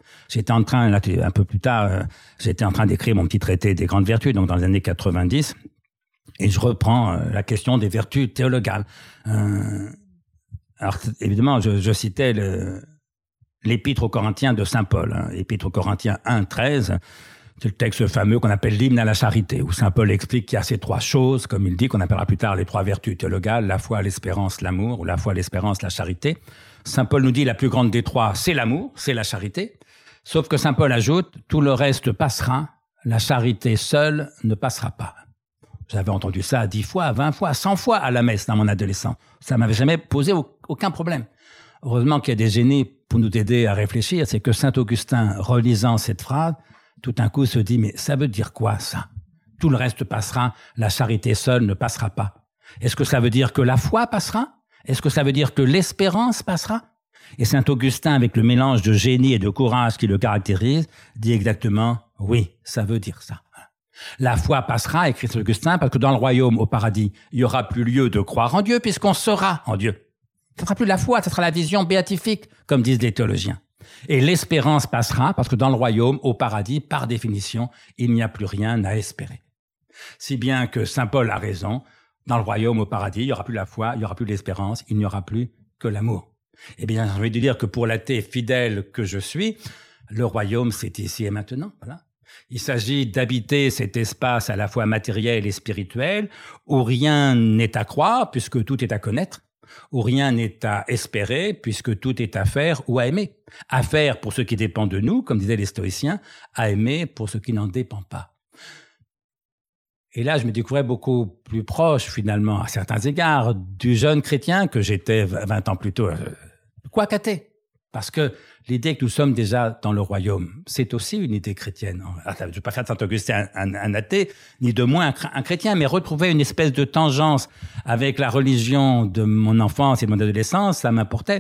[SPEAKER 2] j'étais en train, là, un peu plus tard, euh, j'étais en train d'écrire mon petit traité des grandes vertus, donc dans les années quatre-vingt-dix, et je reprends euh, la question des vertus théologales. Euh, alors, évidemment, je, je citais le, l'Épître aux Corinthiens de saint Paul, hein, Épître aux Corinthiens un, treize, c'est le texte fameux qu'on appelle l'hymne à la charité, où saint Paul explique qu'il y a ces trois choses, comme il dit, qu'on appellera plus tard les trois vertus théologales, la foi, l'espérance, l'amour, ou la foi, l'espérance, la charité. Saint Paul nous dit la plus grande des trois, c'est l'amour, c'est la charité. Sauf que saint Paul ajoute, tout le reste passera, la charité seule ne passera pas. J'avais entendu ça dix fois, vingt fois, cent fois à la messe dans mon adolescent. Ça m'avait jamais posé aucun problème. Heureusement qu'il y a des génies pour nous aider à réfléchir, c'est que saint Augustin, relisant cette phrase, tout d'un coup se dit, mais ça veut dire quoi ça? Tout le reste passera, la charité seule ne passera pas. Est-ce que ça veut dire que la foi passera? Est-ce que ça veut dire que l'espérance passera? Et saint Augustin, avec le mélange de génie et de courage qui le caractérise, dit exactement, oui, ça veut dire ça. La foi passera, écrit saint Augustin, parce que dans le royaume, au paradis, il n'y aura plus lieu de croire en Dieu, puisqu'on sera en Dieu. Ce ne sera plus la foi, ce sera la vision béatifique, comme disent les théologiens. Et l'espérance passera, parce que dans le royaume, au paradis, par définition, il n'y a plus rien à espérer. Si bien que saint Paul a raison, dans le royaume, au paradis, il n'y aura plus la foi, il n'y aura plus l'espérance, il n'y aura plus que l'amour. Eh bien, j'ai envie de dire que pour l'athée fidèle que je suis, le royaume, c'est ici et maintenant, voilà. Il s'agit d'habiter cet espace à la fois matériel et spirituel, où rien n'est à croire, puisque tout est à connaître, où rien n'est à espérer, puisque tout est à faire ou à aimer. À faire pour ce qui dépend de nous, comme disaient les stoïciens, à aimer pour ce qui n'en dépend pas. Et là, je me découvrais beaucoup plus proche, finalement, à certains égards, du jeune chrétien que j'étais vingt ans plus tôt, quoi qu'athée. Parce que l'idée que nous sommes déjà dans le royaume, c'est aussi une idée chrétienne. Je ne veux pas faire de saint Augustin un, un, un athée, ni de moins un, un chrétien, mais retrouver une espèce de tangence avec la religion de mon enfance et de mon adolescence, ça m'importait.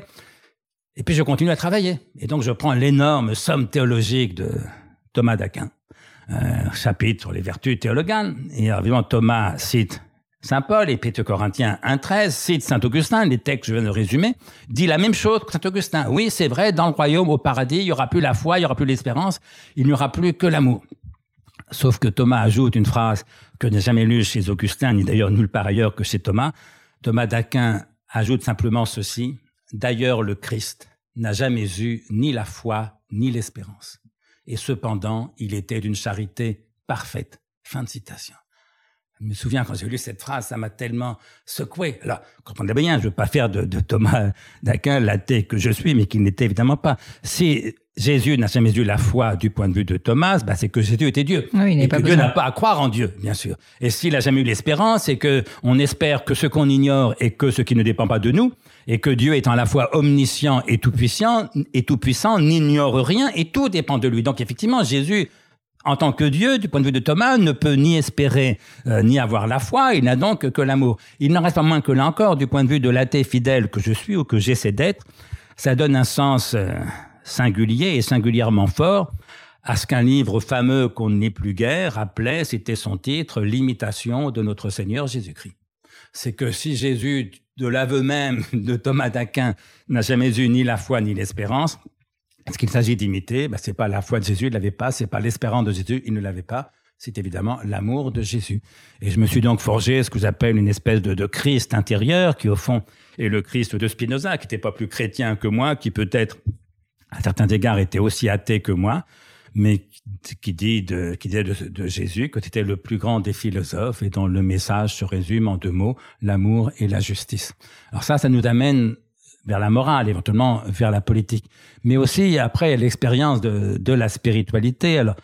[SPEAKER 2] Et puis je continue à travailler. Et donc je prends l'énorme somme théologique de Thomas d'Aquin, euh, chapitre sur les vertus théologales. Et évidemment, Thomas cite saint Paul, Épître aux Corinthiens un, treize, cite saint Augustin, les textes que je viens de résumer, dit la même chose que saint Augustin. Oui, c'est vrai, dans le royaume, au paradis, il n'y aura plus la foi, il n'y aura plus l'espérance, il n'y aura plus que l'amour. Sauf que Thomas ajoute une phrase que je n'ai jamais lue chez Augustin, ni d'ailleurs nulle part ailleurs que chez Thomas. Thomas d'Aquin ajoute simplement ceci, « D'ailleurs, le Christ n'a jamais eu ni la foi, ni l'espérance. Et cependant, il était d'une charité parfaite. » Fin de citation. Je me souviens, quand j'ai lu cette phrase, ça m'a tellement secoué. Alors, comprenez bien, je ne veux pas faire de, de Thomas d'Aquin l'athée que je suis, mais qu'il n'était évidemment pas. Si Jésus n'a jamais eu la foi du point de vue de Thomas, bah, c'est que Jésus était Dieu.
[SPEAKER 1] Oui, il
[SPEAKER 2] et
[SPEAKER 1] pas
[SPEAKER 2] que Dieu n'a pas à croire en Dieu, bien sûr. Et s'il n'a jamais eu l'espérance, c'est que on espère que ce qu'on ignore et que ce qui ne dépend pas de nous, et que Dieu étant à la fois omniscient et tout-puissant, et tout-puissant, n'ignore rien et tout dépend de lui. Donc, effectivement, Jésus, en tant que Dieu, du point de vue de Thomas, ne peut ni espérer, euh, ni avoir la foi, il n'a donc que l'amour. Il n'en reste pas moins que là encore, du point de vue de l'athée fidèle que je suis ou que j'essaie d'être, ça donne un sens euh, singulier et singulièrement fort à ce qu'un livre fameux qu'on n'est plus guère appelait, c'était son titre, « L'imitation de notre Seigneur Jésus-Christ ». C'est que si Jésus, de l'aveu même de Thomas d'Aquin, n'a jamais eu ni la foi ni l'espérance, ce qu'il s'agit d'imiter, ben, c'est pas la foi de Jésus, il l'avait pas, c'est pas l'espérance de Jésus, il ne l'avait pas, c'est évidemment l'amour de Jésus. Et je me suis donc forgé ce que j'appelle une espèce de, de Christ intérieur, qui au fond est le Christ de Spinoza, qui n'était pas plus chrétien que moi, qui peut-être, à certains égards, était aussi athée que moi, mais qui dit de, qui disait de, de Jésus que c'était le plus grand des philosophes et dont le message se résume en deux mots, l'amour et la justice. Alors ça, ça nous amène vers la morale, éventuellement vers la politique. Mais aussi, après, l'expérience de, de la spiritualité. Alors,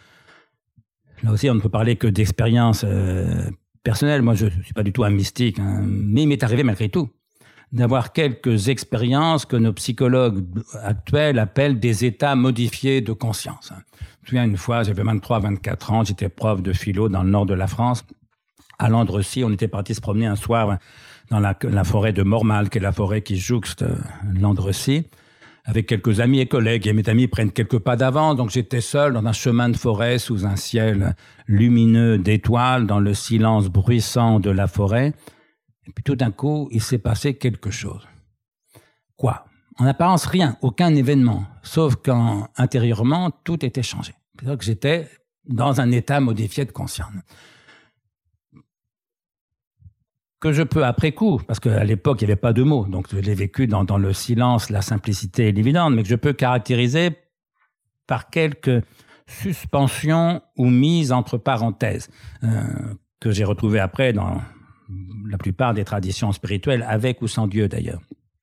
[SPEAKER 2] là aussi, on ne peut parler que d'expérience euh, personnelle. Moi, je ne suis pas du tout un mystique, hein, mais il m'est arrivé malgré tout d'avoir quelques expériences que nos psychologues actuels appellent des états modifiés de conscience. Je me souviens une fois, j'avais vingt-trois, vingt-quatre ans, j'étais prof de philo dans le nord de la France. À Landrecy, on était parti se promener un soir dans la, la forêt de Mormal, qui est la forêt qui jouxte Landrecy, avec quelques amis et collègues. Et mes amis prennent quelques pas d'avance, donc j'étais seul dans un chemin de forêt sous un ciel lumineux d'étoiles, dans le silence bruissant de la forêt. Et puis tout d'un coup, il s'est passé quelque chose. Quoi ? En apparence, rien, aucun événement, sauf qu'intérieurement, tout était changé. C'est-à-dire que j'étais dans un état modifié de conscience. Que je peux, après coup, parce qu'à l'époque, il n'y avait pas de mots, donc je l'ai vécu dans, dans le silence, la simplicité et l'évidence, mais que je peux caractériser par quelques suspensions ou mises entre parenthèses, euh, que j'ai retrouvées après dans la plupart des traditions spirituelles, avec ou sans Dieu d'ailleurs.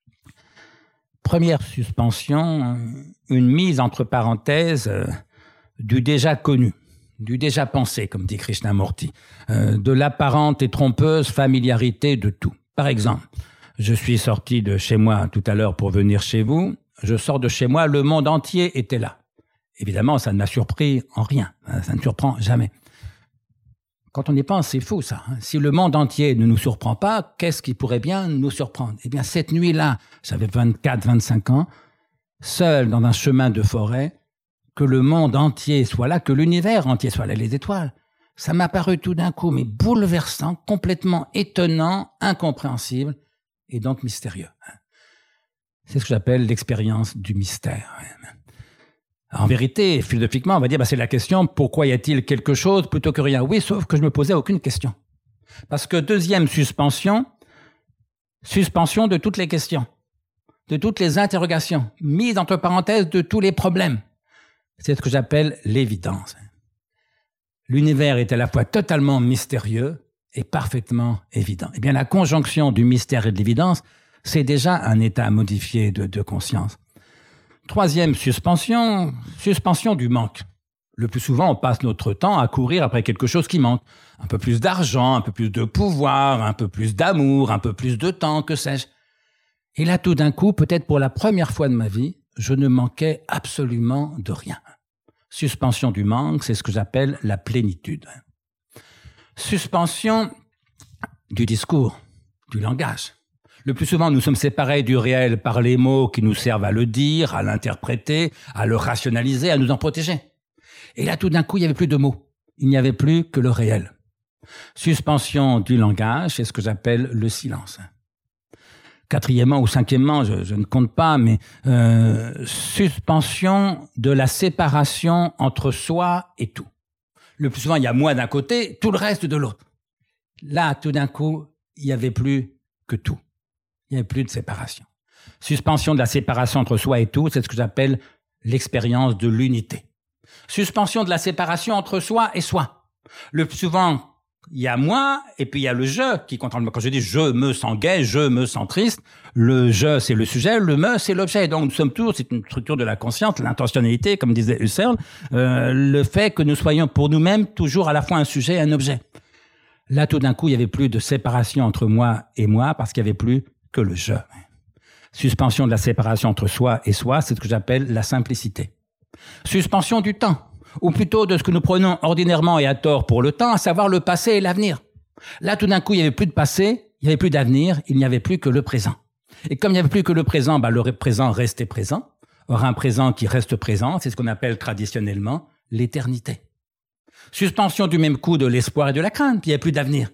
[SPEAKER 2] Première suspension, une mise entre parenthèses euh, du déjà connu, du déjà pensé, comme dit Krishnamurti, euh, de l'apparente et trompeuse familiarité de tout. Par exemple, je suis sorti de chez moi tout à l'heure pour venir chez vous, je sors de chez moi, le monde entier était là. Évidemment, ça ne m'a surpris en rien, ça ne surprend jamais. Quand on y pense, c'est fou ça. Si le monde entier ne nous surprend pas, qu'est-ce qui pourrait bien nous surprendre? Eh bien, cette nuit-là, j'avais vingt-quatre, vingt-cinq ans, seul dans un chemin de forêt, que le monde entier soit là, que l'univers entier soit là, les étoiles. Ça m'a paru tout d'un coup, mais bouleversant, complètement étonnant, incompréhensible et donc mystérieux. C'est ce que j'appelle l'expérience du mystère. En vérité, philosophiquement, on va dire, bah, c'est la question, pourquoi y a-t-il quelque chose plutôt que rien? Oui, sauf que je me posais aucune question. Parce que deuxième suspension, suspension de toutes les questions, de toutes les interrogations, mise entre parenthèses de tous les problèmes. C'est ce que j'appelle l'évidence. L'univers est à la fois totalement mystérieux et parfaitement évident. Eh bien, la conjonction du mystère et de l'évidence, c'est déjà un état modifié de, de conscience. Troisième suspension, suspension du manque. Le plus souvent, on passe notre temps à courir après quelque chose qui manque. Un peu plus d'argent, un peu plus de pouvoir, un peu plus d'amour, un peu plus de temps, que sais-je. Et là, tout d'un coup, peut-être pour la première fois de ma vie, je ne manquais absolument de rien. Suspension du manque, c'est ce que j'appelle la plénitude. Suspension du discours, du langage. Le plus souvent, nous sommes séparés du réel par les mots qui nous servent à le dire, à l'interpréter, à le rationaliser, à nous en protéger. Et là, tout d'un coup, il n'y avait plus de mots. Il n'y avait plus que le réel. Suspension du langage, c'est ce que j'appelle le silence. Quatrièmement ou cinquièmement, je, je ne compte pas, mais euh, suspension de la séparation entre soi et tout. Le plus souvent, il y a moi d'un côté, tout le reste de l'autre. Là, tout d'un coup, il n'y avait plus que tout. Il n'y avait plus de séparation. Suspension de la séparation entre soi et tout, c'est ce que j'appelle l'expérience de l'unité. Suspension de la séparation entre soi et soi. Le plus souvent, il y a moi et puis il y a le je qui contrôle. Quand je dis je me sens gai, je me sens triste, le je c'est le sujet, le me c'est l'objet. Donc nous sommes tous, c'est une structure de la conscience, l'intentionnalité, comme disait Husserl, euh, le fait que nous soyons pour nous-mêmes toujours à la fois un sujet et un objet. Là, tout d'un coup, il n'y avait plus de séparation entre moi et moi parce qu'il n'y avait plus que le je. Suspension de la séparation entre soi et soi, c'est ce que j'appelle la simplicité. Suspension du temps, ou plutôt de ce que nous prenons ordinairement et à tort pour le temps, à savoir le passé et l'avenir. Là, tout d'un coup, il n'y avait plus de passé, il n'y avait plus d'avenir, il n'y avait plus que le présent. Et comme il n'y avait plus que le présent, bah, le présent restait présent. Or, un présent qui reste présent, c'est ce qu'on appelle traditionnellement l'éternité. Suspension du même coup de l'espoir et de la crainte, il n'y a plus d'avenir.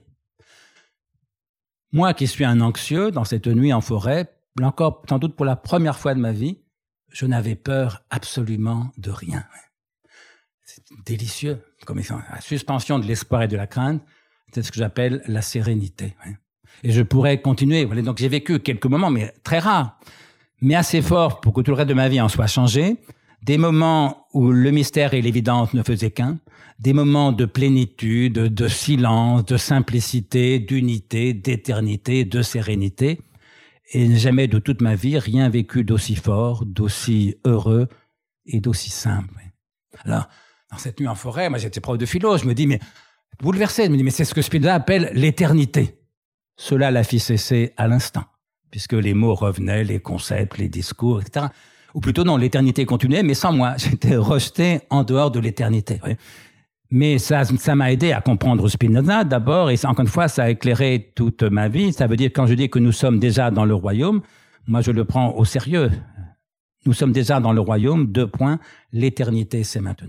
[SPEAKER 2] Moi qui suis un anxieux, dans cette nuit en forêt, là encore, sans doute pour la première fois de ma vie, je n'avais peur absolument de rien. C'est délicieux. Comme la suspension de l'espoir et de la crainte, c'est ce que j'appelle la sérénité. Et je pourrais continuer. Donc j'ai vécu quelques moments, mais très rares, mais assez forts pour que tout le reste de ma vie en soit changé. Des moments où le mystère et l'évidence ne faisaient qu'un, des moments de plénitude, de silence, de simplicité, d'unité, d'éternité, de sérénité. Et jamais de toute ma vie, rien vécu d'aussi fort, d'aussi heureux et d'aussi simple. Alors, dans cette nuit en forêt, moi j'étais prof de philo, je me dis, mais bouleversé, je me dis, mais c'est ce que Spinoza appelle l'éternité. Cela la fit cesser à l'instant, puisque les mots revenaient, les concepts, les discours, et cetera. Ou plutôt non, l'éternité continuait, mais sans moi. J'étais rejeté en dehors de l'éternité. Oui. Mais ça, ça m'a aidé à comprendre Spinoza d'abord, et ça, encore une fois, ça a éclairé toute ma vie. Ça veut dire, quand je dis que nous sommes déjà dans le royaume, moi je le prends au sérieux. Nous sommes déjà dans le royaume, deux points, l'éternité c'est maintenant.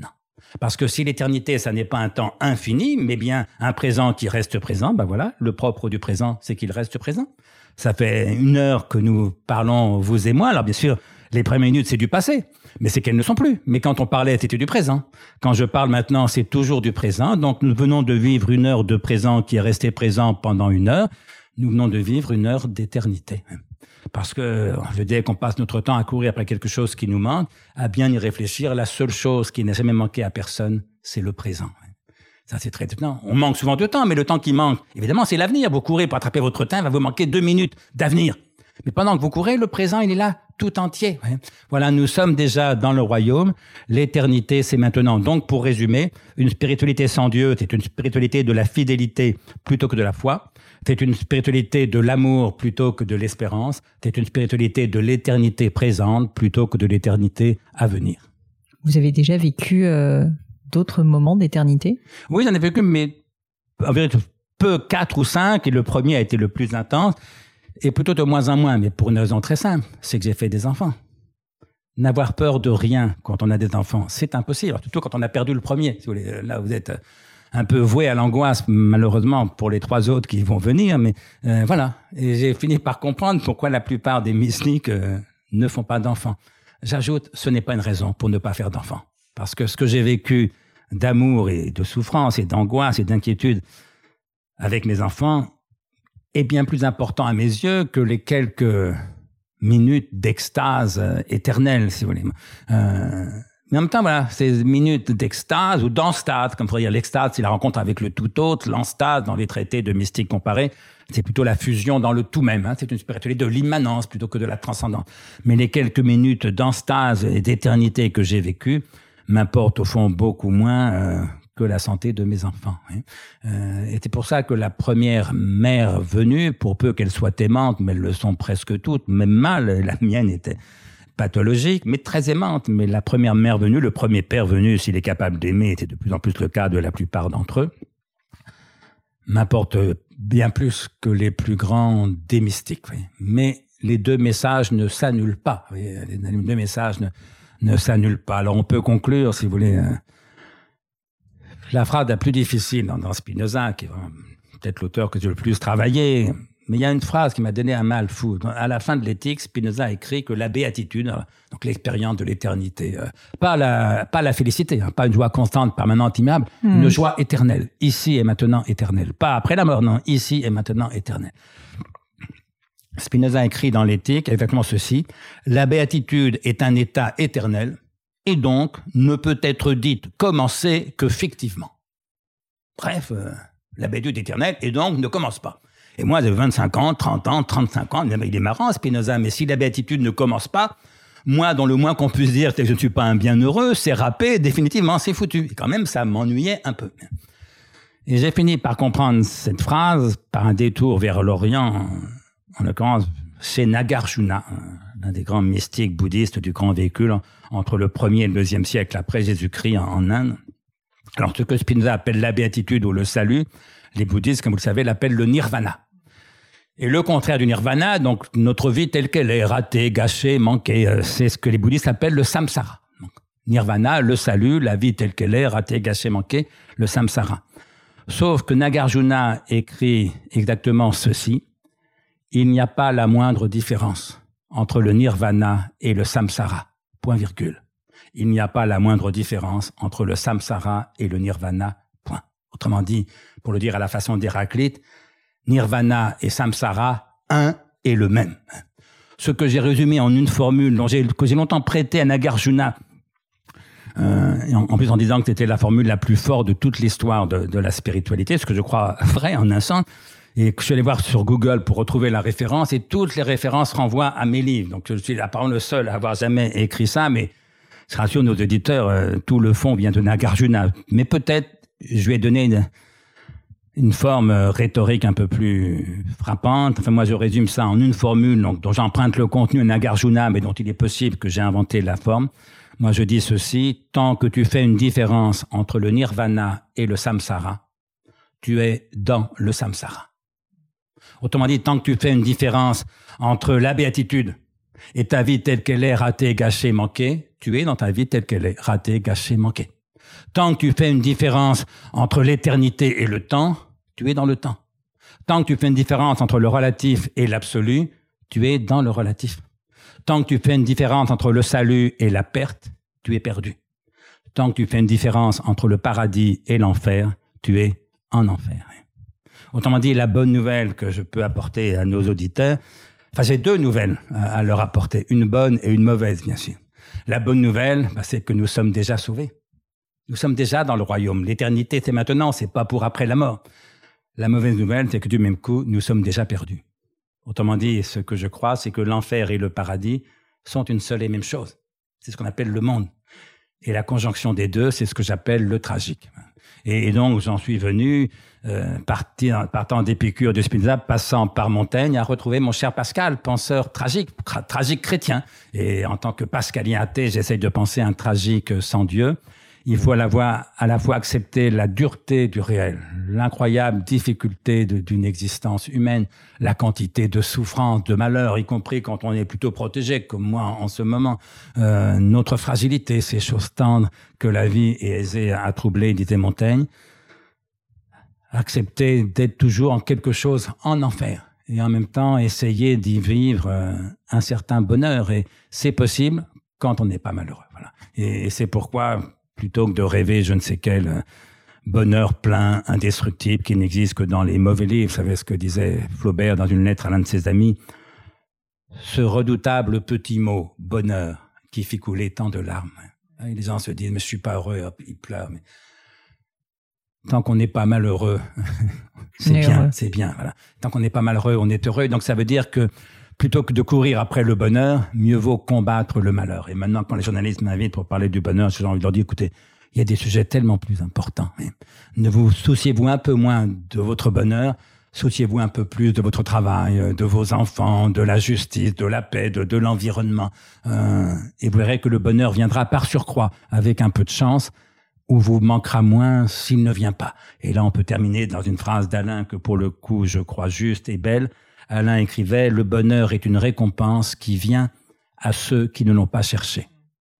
[SPEAKER 2] Parce que si l'éternité, ça n'est pas un temps infini, mais bien un présent qui reste présent, ben voilà, le propre du présent, c'est qu'il reste présent. Ça fait une heure que nous parlons, vous et moi. Alors bien sûr, les premières minutes, c'est du passé, mais c'est qu'elles ne sont plus. Mais quand on parlait, c'était du présent. Quand je parle maintenant, c'est toujours du présent. Donc nous venons de vivre une heure de présent qui est restée présent pendant une heure. Nous venons de vivre une heure d'éternité. Parce que je dis qu'on passe notre temps à courir après quelque chose qui nous manque, à bien y réfléchir. La seule chose qui n'a jamais manqué à personne, c'est le présent. Ça, c'est très étonnant. On manque souvent de temps, mais le temps qui manque, évidemment, c'est l'avenir. Vous courez pour attraper votre temps, il va vous manquer deux minutes d'avenir. Mais pendant que vous courez, le présent, il est là, tout entier. Voilà, nous sommes déjà dans le royaume. L'éternité, c'est maintenant. Donc, pour résumer, une spiritualité sans Dieu, c'est une spiritualité de la fidélité plutôt que de la foi. C'est une spiritualité de l'amour plutôt que de l'espérance. C'est une spiritualité de l'éternité présente plutôt que de l'éternité à venir.
[SPEAKER 1] Vous avez déjà vécu euh, d'autres moments d'éternité ?
[SPEAKER 2] Oui, j'en ai vécu, mais en vérité, peu, quatre ou cinq, et le premier a été le plus intense, et plutôt de moins en moins, mais pour une raison très simple, c'est que j'ai fait des enfants. N'avoir peur de rien quand on a des enfants, c'est impossible, surtout quand on a perdu le premier. Si vous voulez, là, vous êtes un peu voué à l'angoisse, malheureusement, pour les trois autres qui vont venir, mais euh, voilà. Et j'ai fini par comprendre pourquoi la plupart des mystiques euh, ne font pas d'enfants. J'ajoute, ce n'est pas une raison pour ne pas faire d'enfants. Parce que ce que j'ai vécu d'amour et de souffrance et d'angoisse et d'inquiétude avec mes enfants est bien plus important à mes yeux que les quelques minutes d'extase éternelle, si vous voulez. Euh, mais en même temps, voilà, ces minutes d'extase ou d'enstase, comme on pourrait dire, l'extase, c'est la rencontre avec le tout autre, l'enstase, dans les traités de mystique comparée, c'est plutôt la fusion dans le tout même. Hein. C'est une spiritualité de l'immanence plutôt que de la transcendance. Mais les quelques minutes d'enstase et d'éternité que j'ai vécues m'importent au fond beaucoup moins euh, que la santé de mes enfants. Hein. Euh, et c'est pour ça que la première mère venue, pour peu qu'elle soit aimante, mais elles le sont presque toutes, même mal, la mienne était pathologique, mais très aimante. Mais la première mère venue, le premier père venu, s'il est capable d'aimer, était de plus en plus le cas de la plupart d'entre eux, m'importe bien plus que les plus grands des mystiques. Oui. Mais les deux messages ne s'annulent pas. Oui. Les deux messages ne, ne s'annulent pas. Alors on peut conclure, si vous voulez, euh, la phrase la plus difficile dans, dans Spinoza, qui est peut-être l'auteur que j'ai le plus travaillé, mais il y a une phrase qui m'a donné un mal fou. À la fin de l'éthique, Spinoza a écrit que la béatitude, donc l'expérience de l'éternité, euh, pas la pas la félicité, hein, pas une joie constante, permanente, immuable, mmh. une joie éternelle, ici et maintenant éternelle. Pas après la mort, non, ici et maintenant éternelle. Spinoza a écrit dans l'éthique exactement ceci: la béatitude est un état éternel et donc ne peut être dite commencer que fictivement. Bref, euh, la béatitude éternelle et donc ne commence pas. Et moi, j'ai vingt-cinq ans, trente ans, trente-cinq ans, il est marrant, Spinoza, mais si la béatitude ne commence pas, moi, dans le moins qu'on puisse dire, c'est que je ne suis pas un bienheureux, c'est râpé, définitivement, c'est foutu. Et quand même, ça m'ennuyait un peu. Et j'ai fini par comprendre cette phrase par un détour vers l'Orient, en l'occurrence chez Nagarjuna, l'un des grands mystiques bouddhistes du grand véhicule, entre le premier et le deuxième siècle après Jésus-Christ en Inde. Alors, ce que Spinoza appelle la béatitude ou le salut, les bouddhistes, comme vous le savez, l'appellent le nirvana. Et le contraire du nirvana, donc notre vie telle qu'elle est, ratée, gâchée, manquée, c'est ce que les bouddhistes appellent le samsara. Donc, nirvana, le salut, la vie telle qu'elle est, ratée, gâchée, manquée, le samsara. Sauf que Nagarjuna écrit exactement ceci: il n'y a pas la moindre différence entre le nirvana et le samsara. Point virgule. Il n'y a pas la moindre différence entre le samsara et le nirvana. Point. Autrement dit, pour le dire à la façon d'Héraclite, nirvana et samsara, un et le même. Ce que j'ai résumé en une formule dont j'ai, que j'ai longtemps prêté à Nagarjuna, euh, en, en plus en disant que c'était la formule la plus forte de toute l'histoire de, de la spiritualité, ce que je crois vrai en un sens, et que je suis allé voir sur Google pour retrouver la référence, et toutes les références renvoient à mes livres. Donc je suis apparemment le seul à avoir jamais écrit ça, mais je rassure nos auditeurs, euh, tout le fond vient de Nagarjuna. Mais peut-être je lui ai donné une, une forme rhétorique un peu plus frappante. Enfin, moi, je résume ça en une formule donc, dont j'emprunte le contenu à Nagarjuna, mais dont il est possible que j'ai inventé la forme. Moi, je dis ceci: tant que tu fais une différence entre le nirvana et le samsara, tu es dans le samsara. Autrement dit, tant que tu fais une différence entre la béatitude et ta vie telle qu'elle est, ratée, gâchée, manquée, tu es dans ta vie telle qu'elle est, ratée, gâchée, manquée. Tant que tu fais une différence entre l'éternité et le temps, tu es dans le temps. Tant que tu fais une différence entre le relatif et l'absolu, tu es dans le relatif. Tant que tu fais une différence entre le salut et la perte, tu es perdu. Tant que tu fais une différence entre le paradis et l'enfer, tu es en enfer. Autrement dit, la bonne nouvelle que je peux apporter à nos auditeurs, enfin j'ai deux nouvelles à leur apporter, une bonne et une mauvaise bien sûr. La bonne nouvelle, bah, c'est que nous sommes déjà sauvés. Nous sommes déjà dans le royaume. L'éternité, c'est maintenant, c'est pas pour après la mort. La mauvaise nouvelle, c'est que du même coup, nous sommes déjà perdus. Autrement dit, ce que je crois, c'est que l'enfer et le paradis sont une seule et même chose. C'est ce qu'on appelle le monde. Et la conjonction des deux, c'est ce que j'appelle le tragique. Et donc, j'en suis venu, euh, partir, partant d'Épicure, de Spinoza, passant par Montaigne, à retrouver mon cher Pascal, penseur tragique, tra- tragique chrétien. Et en tant que pascalien athée, j'essaye de penser un tragique sans Dieu. Il faut à la fois, à la fois accepter la dureté du réel, l'incroyable difficulté de, d'une existence humaine, la quantité de souffrance, de malheur, y compris quand on est plutôt protégé, comme moi en ce moment, euh, notre fragilité, ces choses tendres que la vie est aisée à troubler, disait Montaigne. Accepter d'être toujours en quelque chose en enfer et en même temps essayer d'y vivre euh, un certain bonheur. Et c'est possible quand on n'est pas malheureux. Voilà. Et, et c'est pourquoi, plutôt que de rêver je ne sais quel bonheur plein, indestructible, qui n'existe que dans les mauvais livres, vous savez ce que disait Flaubert dans une lettre à l'un de ses amis, ce redoutable petit mot, bonheur, qui fit couler tant de larmes. Et les gens se disent, mais je suis pas heureux, hop, ils pleurent. Mais tant qu'on n'est pas malheureux, c'est bien, heureux. c'est bien. Voilà. Tant qu'on n'est pas malheureux, on est heureux. Donc ça veut dire que plutôt que de courir après le bonheur, mieux vaut combattre le malheur. Et maintenant, quand les journalistes m'invitent pour parler du bonheur, j'ai envie de leur dire, écoutez, il y a des sujets tellement plus importants. Mais ne vous souciez-vous un peu moins de votre bonheur, souciez-vous un peu plus de votre travail, de vos enfants, de la justice, de la paix, de, de l'environnement. Euh, et vous verrez que le bonheur viendra par surcroît, avec un peu de chance, ou vous manquera moins s'il ne vient pas. Et là, on peut terminer dans une phrase d'Alain que, pour le coup, je crois juste et belle. Alain écrivait « Le bonheur est une récompense qui vient à ceux qui ne l'ont pas cherché ».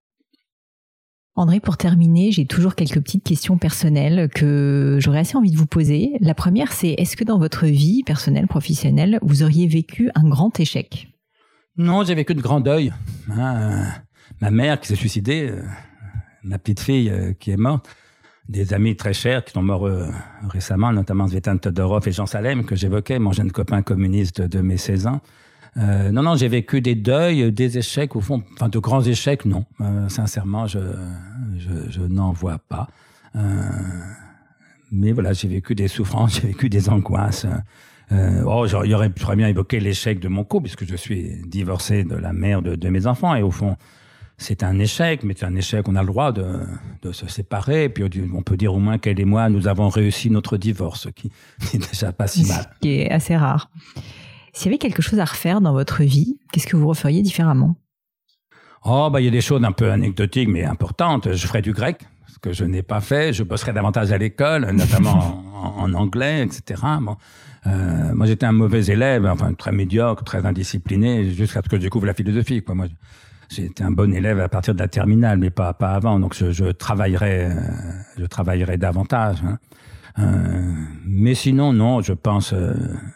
[SPEAKER 1] André, pour terminer, j'ai toujours quelques petites questions personnelles que j'aurais assez envie de vous poser. La première, c'est est-ce que dans votre vie personnelle, professionnelle, vous auriez vécu un grand échec ?
[SPEAKER 2] Non, j'ai vécu de grands deuils. Hein, ma mère qui s'est suicidée, euh, ma petite fille euh, qui est morte, des amis très chers qui sont morts euh, récemment, notamment Svetlana Todorov et Jean Salem, que j'évoquais, mon jeune copain communiste de mes seize ans. Euh, non, non, j'ai vécu des deuils, des échecs, au fond, enfin de grands échecs, non. Euh, sincèrement, je, je, je n'en vois pas. Euh, mais voilà, j'ai vécu des souffrances, j'ai vécu des angoisses. Euh, oh, j'aurais, j'aurais bien évoqué l'échec de mon couple, puisque je suis divorcé de la mère de, de mes enfants, et au fond, c'est un échec, mais c'est un échec, on a le droit de, de se séparer, et puis on peut dire au moins qu'elle et moi, nous avons réussi notre divorce, ce qui n'est déjà pas si mal.
[SPEAKER 1] Ce qui est assez rare. S'il y avait quelque chose à refaire dans votre vie, qu'est-ce que vous referiez différemment ?
[SPEAKER 2] Oh, bah, il y a des choses un peu anecdotiques, mais importantes. Je ferais du grec, ce que je n'ai pas fait. Je bosserais davantage à l'école, notamment en, en anglais, et cetera. Bon. Euh, moi, j'étais un mauvais élève, enfin, très médiocre, très indiscipliné, jusqu'à ce que je découvre la philosophie, quoi. Moi, j'ai été un bon élève à partir de la terminale, mais pas, pas avant. Donc, je, je travaillerai, euh, je travaillerai davantage, hein. Euh, mais sinon, non, je pense euh,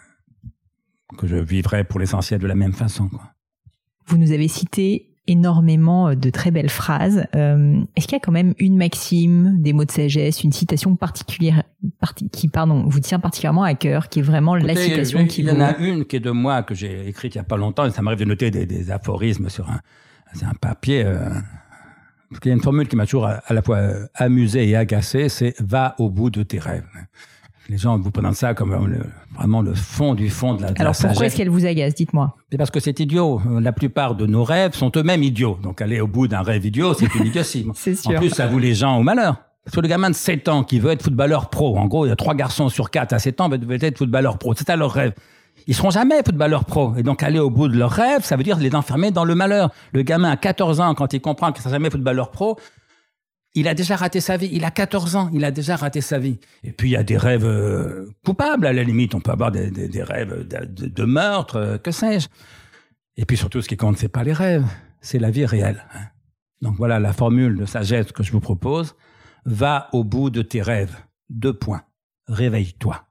[SPEAKER 2] que je vivrai pour l'essentiel de la même façon, quoi.
[SPEAKER 1] Vous nous avez cité énormément de très belles phrases. Euh, est-ce qu'il y a quand même une maxime, des mots de sagesse, une citation particulière parti, qui pardon, vous tient particulièrement à cœur, qui est vraiment Écoutez, la citation
[SPEAKER 2] il,
[SPEAKER 1] qui
[SPEAKER 2] il
[SPEAKER 1] vous...
[SPEAKER 2] Il y en a une qui est de moi, que j'ai écrite il n'y a pas longtemps, et ça m'arrive de noter des, des aphorismes sur un, sur un papier. Euh, parce qu'il y a une formule qui m'a toujours à, à la fois amusé et agacé, c'est « va au bout de tes rêves ». Les gens vous prennent ça comme le, vraiment le fond du fond de la, de
[SPEAKER 1] Alors
[SPEAKER 2] la sagesse.
[SPEAKER 1] pourquoi est-ce qu'elle vous agace ? Dites-moi.
[SPEAKER 2] C'est parce que c'est idiot. La plupart de nos rêves sont eux-mêmes idiots. Donc aller au bout d'un rêve idiot, c'est une idiotie.
[SPEAKER 1] C'est sûr.
[SPEAKER 2] En plus, ça vous les gens au malheur. Parce que le gamin de sept ans qui veut être footballeur pro, en gros, il y a trois garçons sur quatre à sept ans qui veulent être footballeur pro. C'est ça leur rêve. Ils seront jamais footballeurs pro. Et donc aller au bout de leur rêve, ça veut dire les enfermer dans le malheur. Le gamin à quatorze ans, quand il comprend qu'il ne sera jamais footballeur pro, il a déjà raté sa vie. Il a quatorze ans. Il a déjà raté sa vie. Et puis, il y a des rêves euh, coupables, à la limite. On peut avoir des, des, des rêves de, de, de meurtre, euh, que sais-je. Et puis, surtout, ce qui compte, c'est pas les rêves. C'est la vie réelle. Hein. Donc, voilà la formule de sagesse que je vous propose. Va au bout de tes rêves. Deux points. Réveille-toi.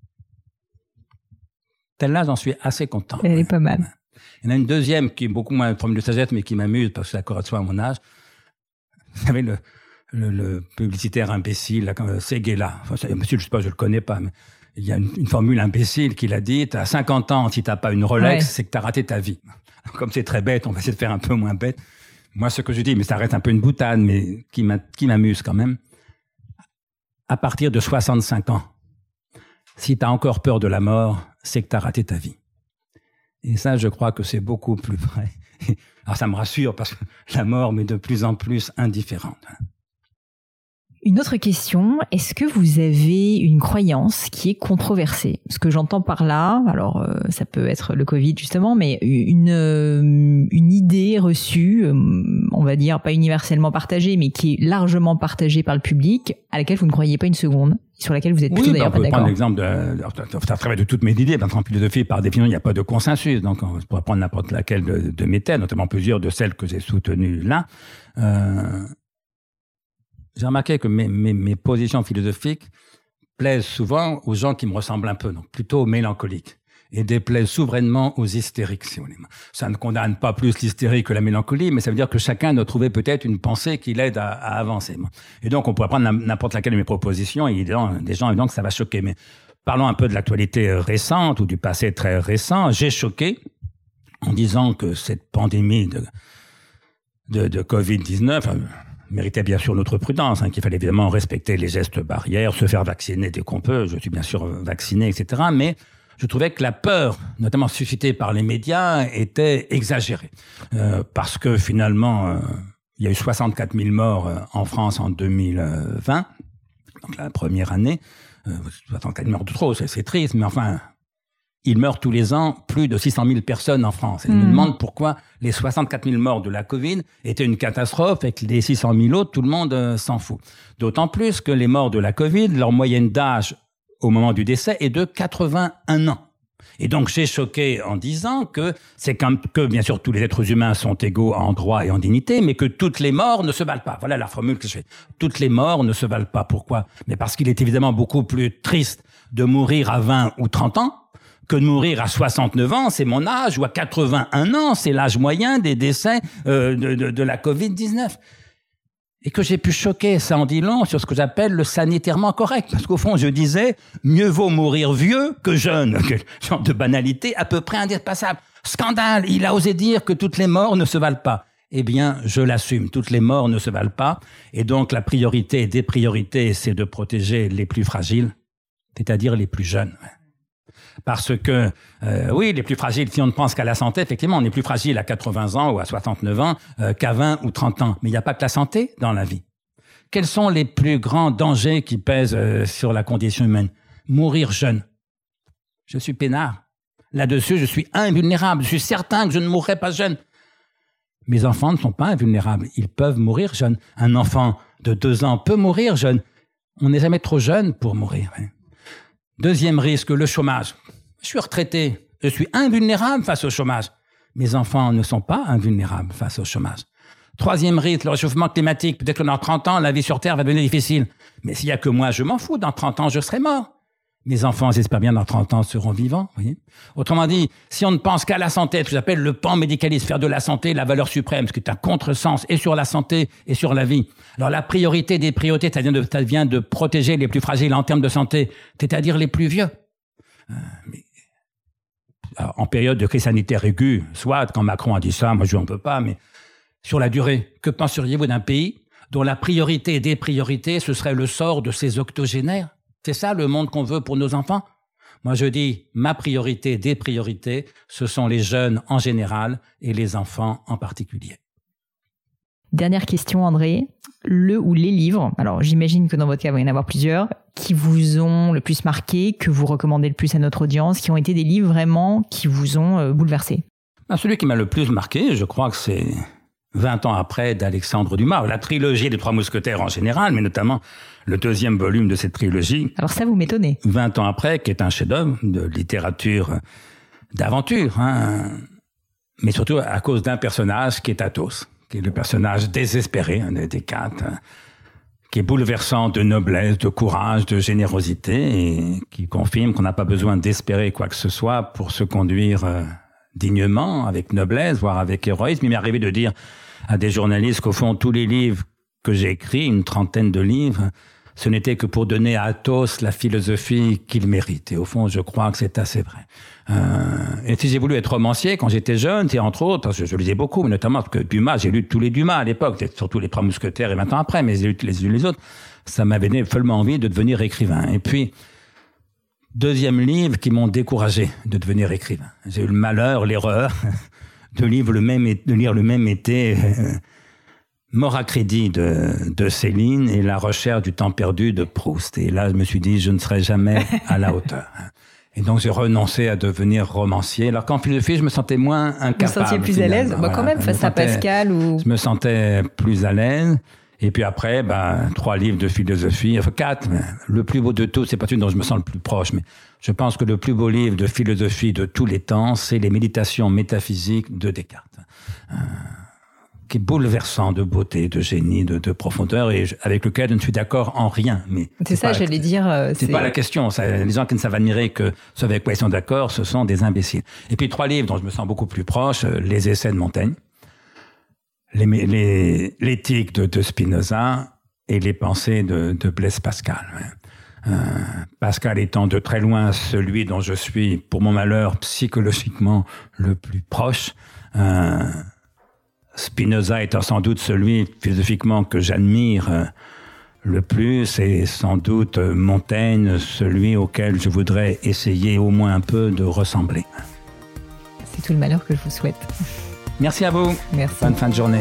[SPEAKER 2] Celle-là, j'en suis assez content.
[SPEAKER 1] Elle est pas mal.
[SPEAKER 2] Il y en a une deuxième qui est beaucoup moins formule de sagesse, mais qui m'amuse parce que ça correspond à mon âge. Vous savez, le, le, le publicitaire imbécile, là, comme Séguéla. Enfin, c'est, monsieur, je sais pas, je le connais pas, mais il y a une, une formule imbécile qu'il a dit, t'as cinquante ans, si t'as pas une Rolex, ouais. c'est que t'as raté ta vie. Comme c'est très bête, on va essayer de faire un peu moins bête. Moi, ce que je dis, mais ça reste un peu une boutade, mais qui, m'a, qui m'amuse quand même. À partir de soixante-cinq ans, si t'as encore peur de la mort, c'est que t'as raté ta vie. Et ça, je crois que c'est beaucoup plus vrai. Alors, ça me rassure parce que la mort m'est de plus en plus indifférente.
[SPEAKER 1] Une autre question, est-ce que vous avez une croyance qui est controversée ? Ce que j'entends par là, alors euh, ça peut être le Covid justement, mais une, euh, une idée reçue, euh, on va dire pas universellement partagée, mais qui est largement partagée par le public, à laquelle vous ne croyez pas une seconde, sur laquelle vous êtes plutôt
[SPEAKER 2] oui,
[SPEAKER 1] d'ailleurs
[SPEAKER 2] bah, on
[SPEAKER 1] pas
[SPEAKER 2] peut
[SPEAKER 1] d'accord.
[SPEAKER 2] Prendre l'exemple de, ça travaille de toutes mes idées, parce qu'en philosophie, par définition, il n'y a pas de consensus, donc on pourrait prendre n'importe laquelle de, de mes thèses, notamment plusieurs de celles que j'ai soutenues là. Euh, J'ai remarqué que mes, mes, mes positions philosophiques plaisent souvent aux gens qui me ressemblent un peu, donc plutôt aux mélancoliques, et déplaisent souverainement aux hystériques, si vous voulez. Ça ne condamne pas plus l'hystérie que la mélancolie, mais ça veut dire que chacun doit trouver peut-être une pensée qui l'aide à, à avancer. Et donc, on pourrait prendre n'importe laquelle de mes propositions, et des gens, évidemment, que ça va choquer. Mais parlons un peu de l'actualité récente, ou du passé très récent. J'ai choqué en disant que cette pandémie de, de, de covid dix-neuf... Euh, méritait bien sûr notre prudence, hein, qu'il fallait évidemment respecter les gestes barrières, se faire vacciner dès qu'on peut. Je suis bien sûr vacciné, et cetera. Mais je trouvais que la peur, notamment suscitée par les médias, était exagérée. Euh, parce que finalement, euh, il y a eu soixante-quatre mille morts euh, en France en deux mille vingt, donc la première année. Euh, soixante-quatre mille morts de trop, c'est, c'est triste, mais enfin... Il meurt tous les ans plus de six cent mille personnes en France. Et je mmh. me demande pourquoi les soixante-quatre mille morts de la Covid étaient une catastrophe et que les six cent mille autres, tout le monde euh, s'en fout. D'autant plus que les morts de la Covid, leur moyenne d'âge au moment du décès est de quatre-vingt-un ans. Et donc j'ai choqué en disant que c'est comme que bien sûr tous les êtres humains sont égaux en droit et en dignité, mais que toutes les morts ne se valent pas. Voilà la formule que je fais. Toutes les morts ne se valent pas. Pourquoi ? Mais parce qu'il est évidemment beaucoup plus triste de mourir à vingt ou trente ans que de mourir à soixante-neuf ans, c'est mon âge, ou à quatre-vingt-un ans, c'est l'âge moyen des décès euh, de, de, de la covid dix-neuf. Et que j'ai pu choquer, ça en dit long sur ce que j'appelle le sanitairement correct. Parce qu'au fond, je disais, mieux vaut mourir vieux que jeune. Quel genre de banalité à peu près indépassable. Scandale, il a osé dire que toutes les morts ne se valent pas. Eh bien, je l'assume, toutes les morts ne se valent pas. Et donc, la priorité des priorités, c'est de protéger les plus fragiles, c'est-à-dire les plus jeunes. Parce que, euh, oui, les plus fragiles, si on ne pense qu'à la santé, effectivement, on est plus fragile à quatre-vingts ans ou à soixante-neuf ans euh, qu'à vingt ou trente ans. Mais il n'y a pas que la santé dans la vie. Quels sont les plus grands dangers qui pèsent euh, sur la condition humaine ? Mourir jeune. Je suis peinard. Là-dessus, je suis invulnérable. Je suis certain que je ne mourrai pas jeune. Mes enfants ne sont pas invulnérables. Ils peuvent mourir jeunes. Un enfant de deux ans peut mourir jeune. On n'est jamais trop jeune pour mourir. Hein. Deuxième risque, le chômage. Je suis retraité, je suis invulnérable face au chômage. Mes enfants ne sont pas invulnérables face au chômage. Troisième risque, le réchauffement climatique. Peut-être que dans trente ans, la vie sur Terre va devenir difficile. Mais s'il n'y a que moi, je m'en fous. Dans trente ans, je serai mort. Mes enfants, j'espère bien, dans trente ans, seront vivants. Voyez. Autrement dit, si on ne pense qu'à la santé, ce que j'appelle le pan-médicalisme, faire de la santé la valeur suprême, ce qui est un contresens et sur la santé et sur la vie. Alors la priorité des priorités, ça vient de, ça vient de protéger les plus fragiles en termes de santé, c'est-à-dire les plus vieux. Euh, mais, alors, en période de crise sanitaire aiguë, soit quand Macron a dit ça, moi je n'en peux pas, mais sur la durée, que penseriez-vous d'un pays dont la priorité des priorités, ce serait le sort de ses octogénaires ? C'est ça le monde qu'on veut pour nos enfants ? Moi, je dis, ma priorité des priorités, ce sont les jeunes en général et les enfants en particulier.
[SPEAKER 1] Dernière question, André. Le ou les livres, alors j'imagine que dans votre cas, il va y en avoir plusieurs, qui vous ont le plus marqué, que vous recommandez le plus à notre audience, qui ont été des livres vraiment qui vous ont euh, bouleversé.
[SPEAKER 2] Ben, celui qui m'a le plus marqué, je crois que c'est vingt ans après d'Alexandre Dumas, la trilogie des Trois Mousquetaires en général, mais notamment le deuxième volume de cette trilogie.
[SPEAKER 1] Alors ça, vous m'étonnez.
[SPEAKER 2] vingt ans après, qui est un chef-d'œuvre de littérature d'aventure, hein, mais surtout à cause d'un personnage qui est Athos, qui est le personnage désespéré, un des quatre, hein, qui est bouleversant de noblesse, de courage, de générosité, et qui confirme qu'on n'a pas besoin d'espérer quoi que ce soit pour se conduire euh, dignement, avec noblesse, voire avec héroïsme. Il m'est arrivé de dire à des journalistes qu'au fond, tous les livres que j'ai écrits, une trentaine de livres, ce n'était que pour donner à Athos la philosophie qu'il mérite. Et au fond, je crois que c'est assez vrai. Euh, et si j'ai voulu être romancier quand j'étais jeune, c'est entre autres, je, je lisais beaucoup, mais notamment parce que Dumas, j'ai lu tous les Dumas à l'époque, surtout les Trois Mousquetaires et maintenant après, mais j'ai lu les uns les autres. Ça m'avait donné follement envie de devenir écrivain. Et puis, deuxième livre qui m'ont découragé de devenir écrivain. J'ai eu le malheur, l'erreur de lire le même, de lire le même été euh, Mort à crédit de, de Céline et La recherche du temps perdu de Proust. Et là, je me suis dit, je ne serai jamais à la hauteur. Et donc, j'ai renoncé à devenir romancier. Alors qu'en philosophie, je me sentais moins incapable.
[SPEAKER 1] Vous vous sentiez plus à l'aise bah, quand même, face à Pascal ou...
[SPEAKER 2] Je me sentais plus à l'aise. Et puis après, ben, trois livres de philosophie, enfin quatre. Mais le plus beau de tout, c'est pas celui dont je me sens le plus proche, mais je pense que le plus beau livre de philosophie de tous les temps, c'est Les Méditations métaphysiques de Descartes. Euh, qui est bouleversant de beauté, de génie, de, de profondeur, et je, avec lequel je ne suis d'accord en rien. Mais
[SPEAKER 1] c'est, c'est ça, j'allais dire. Euh,
[SPEAKER 2] c'est, c'est pas la question. Ça, les gens qui ne savent admirer que ce avec quoi ils sont d'accord, ce sont des imbéciles. Et puis trois livres dont je me sens beaucoup plus proche, euh, Les Essais de Montaigne, les, les, L'éthique de, de Spinoza et Les Pensées de, de Blaise Pascal. Euh, Pascal étant de très loin celui dont je suis, pour mon malheur, psychologiquement le plus proche. Euh, Spinoza étant sans doute celui philosophiquement que j'admire euh, le plus, et sans doute euh, Montaigne, celui auquel je voudrais essayer au moins un peu de ressembler.
[SPEAKER 1] C'est tout le malheur que je vous souhaite.
[SPEAKER 2] Merci à vous.
[SPEAKER 1] Merci.
[SPEAKER 2] Bonne fin de journée.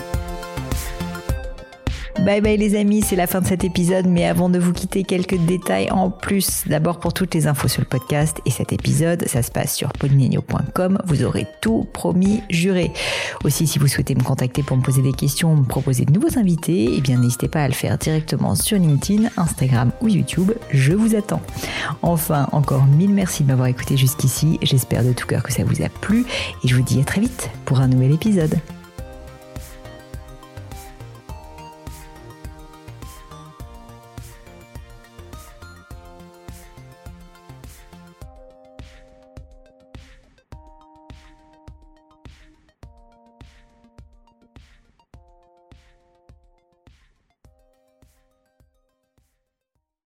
[SPEAKER 1] Bye bye les amis, c'est la fin de cet épisode, mais avant de vous quitter, quelques détails en plus. D'abord pour toutes les infos sur le podcast et cet épisode, ça se passe sur paulinegno point com, vous aurez tout promis, juré. Aussi, si vous souhaitez me contacter pour me poser des questions, me proposer de nouveaux invités, eh bien n'hésitez pas à le faire directement sur LinkedIn, Instagram ou YouTube, je vous attends. Enfin, encore mille merci de m'avoir écouté jusqu'ici, j'espère de tout cœur que ça vous a plu et je vous dis à très vite pour un nouvel épisode.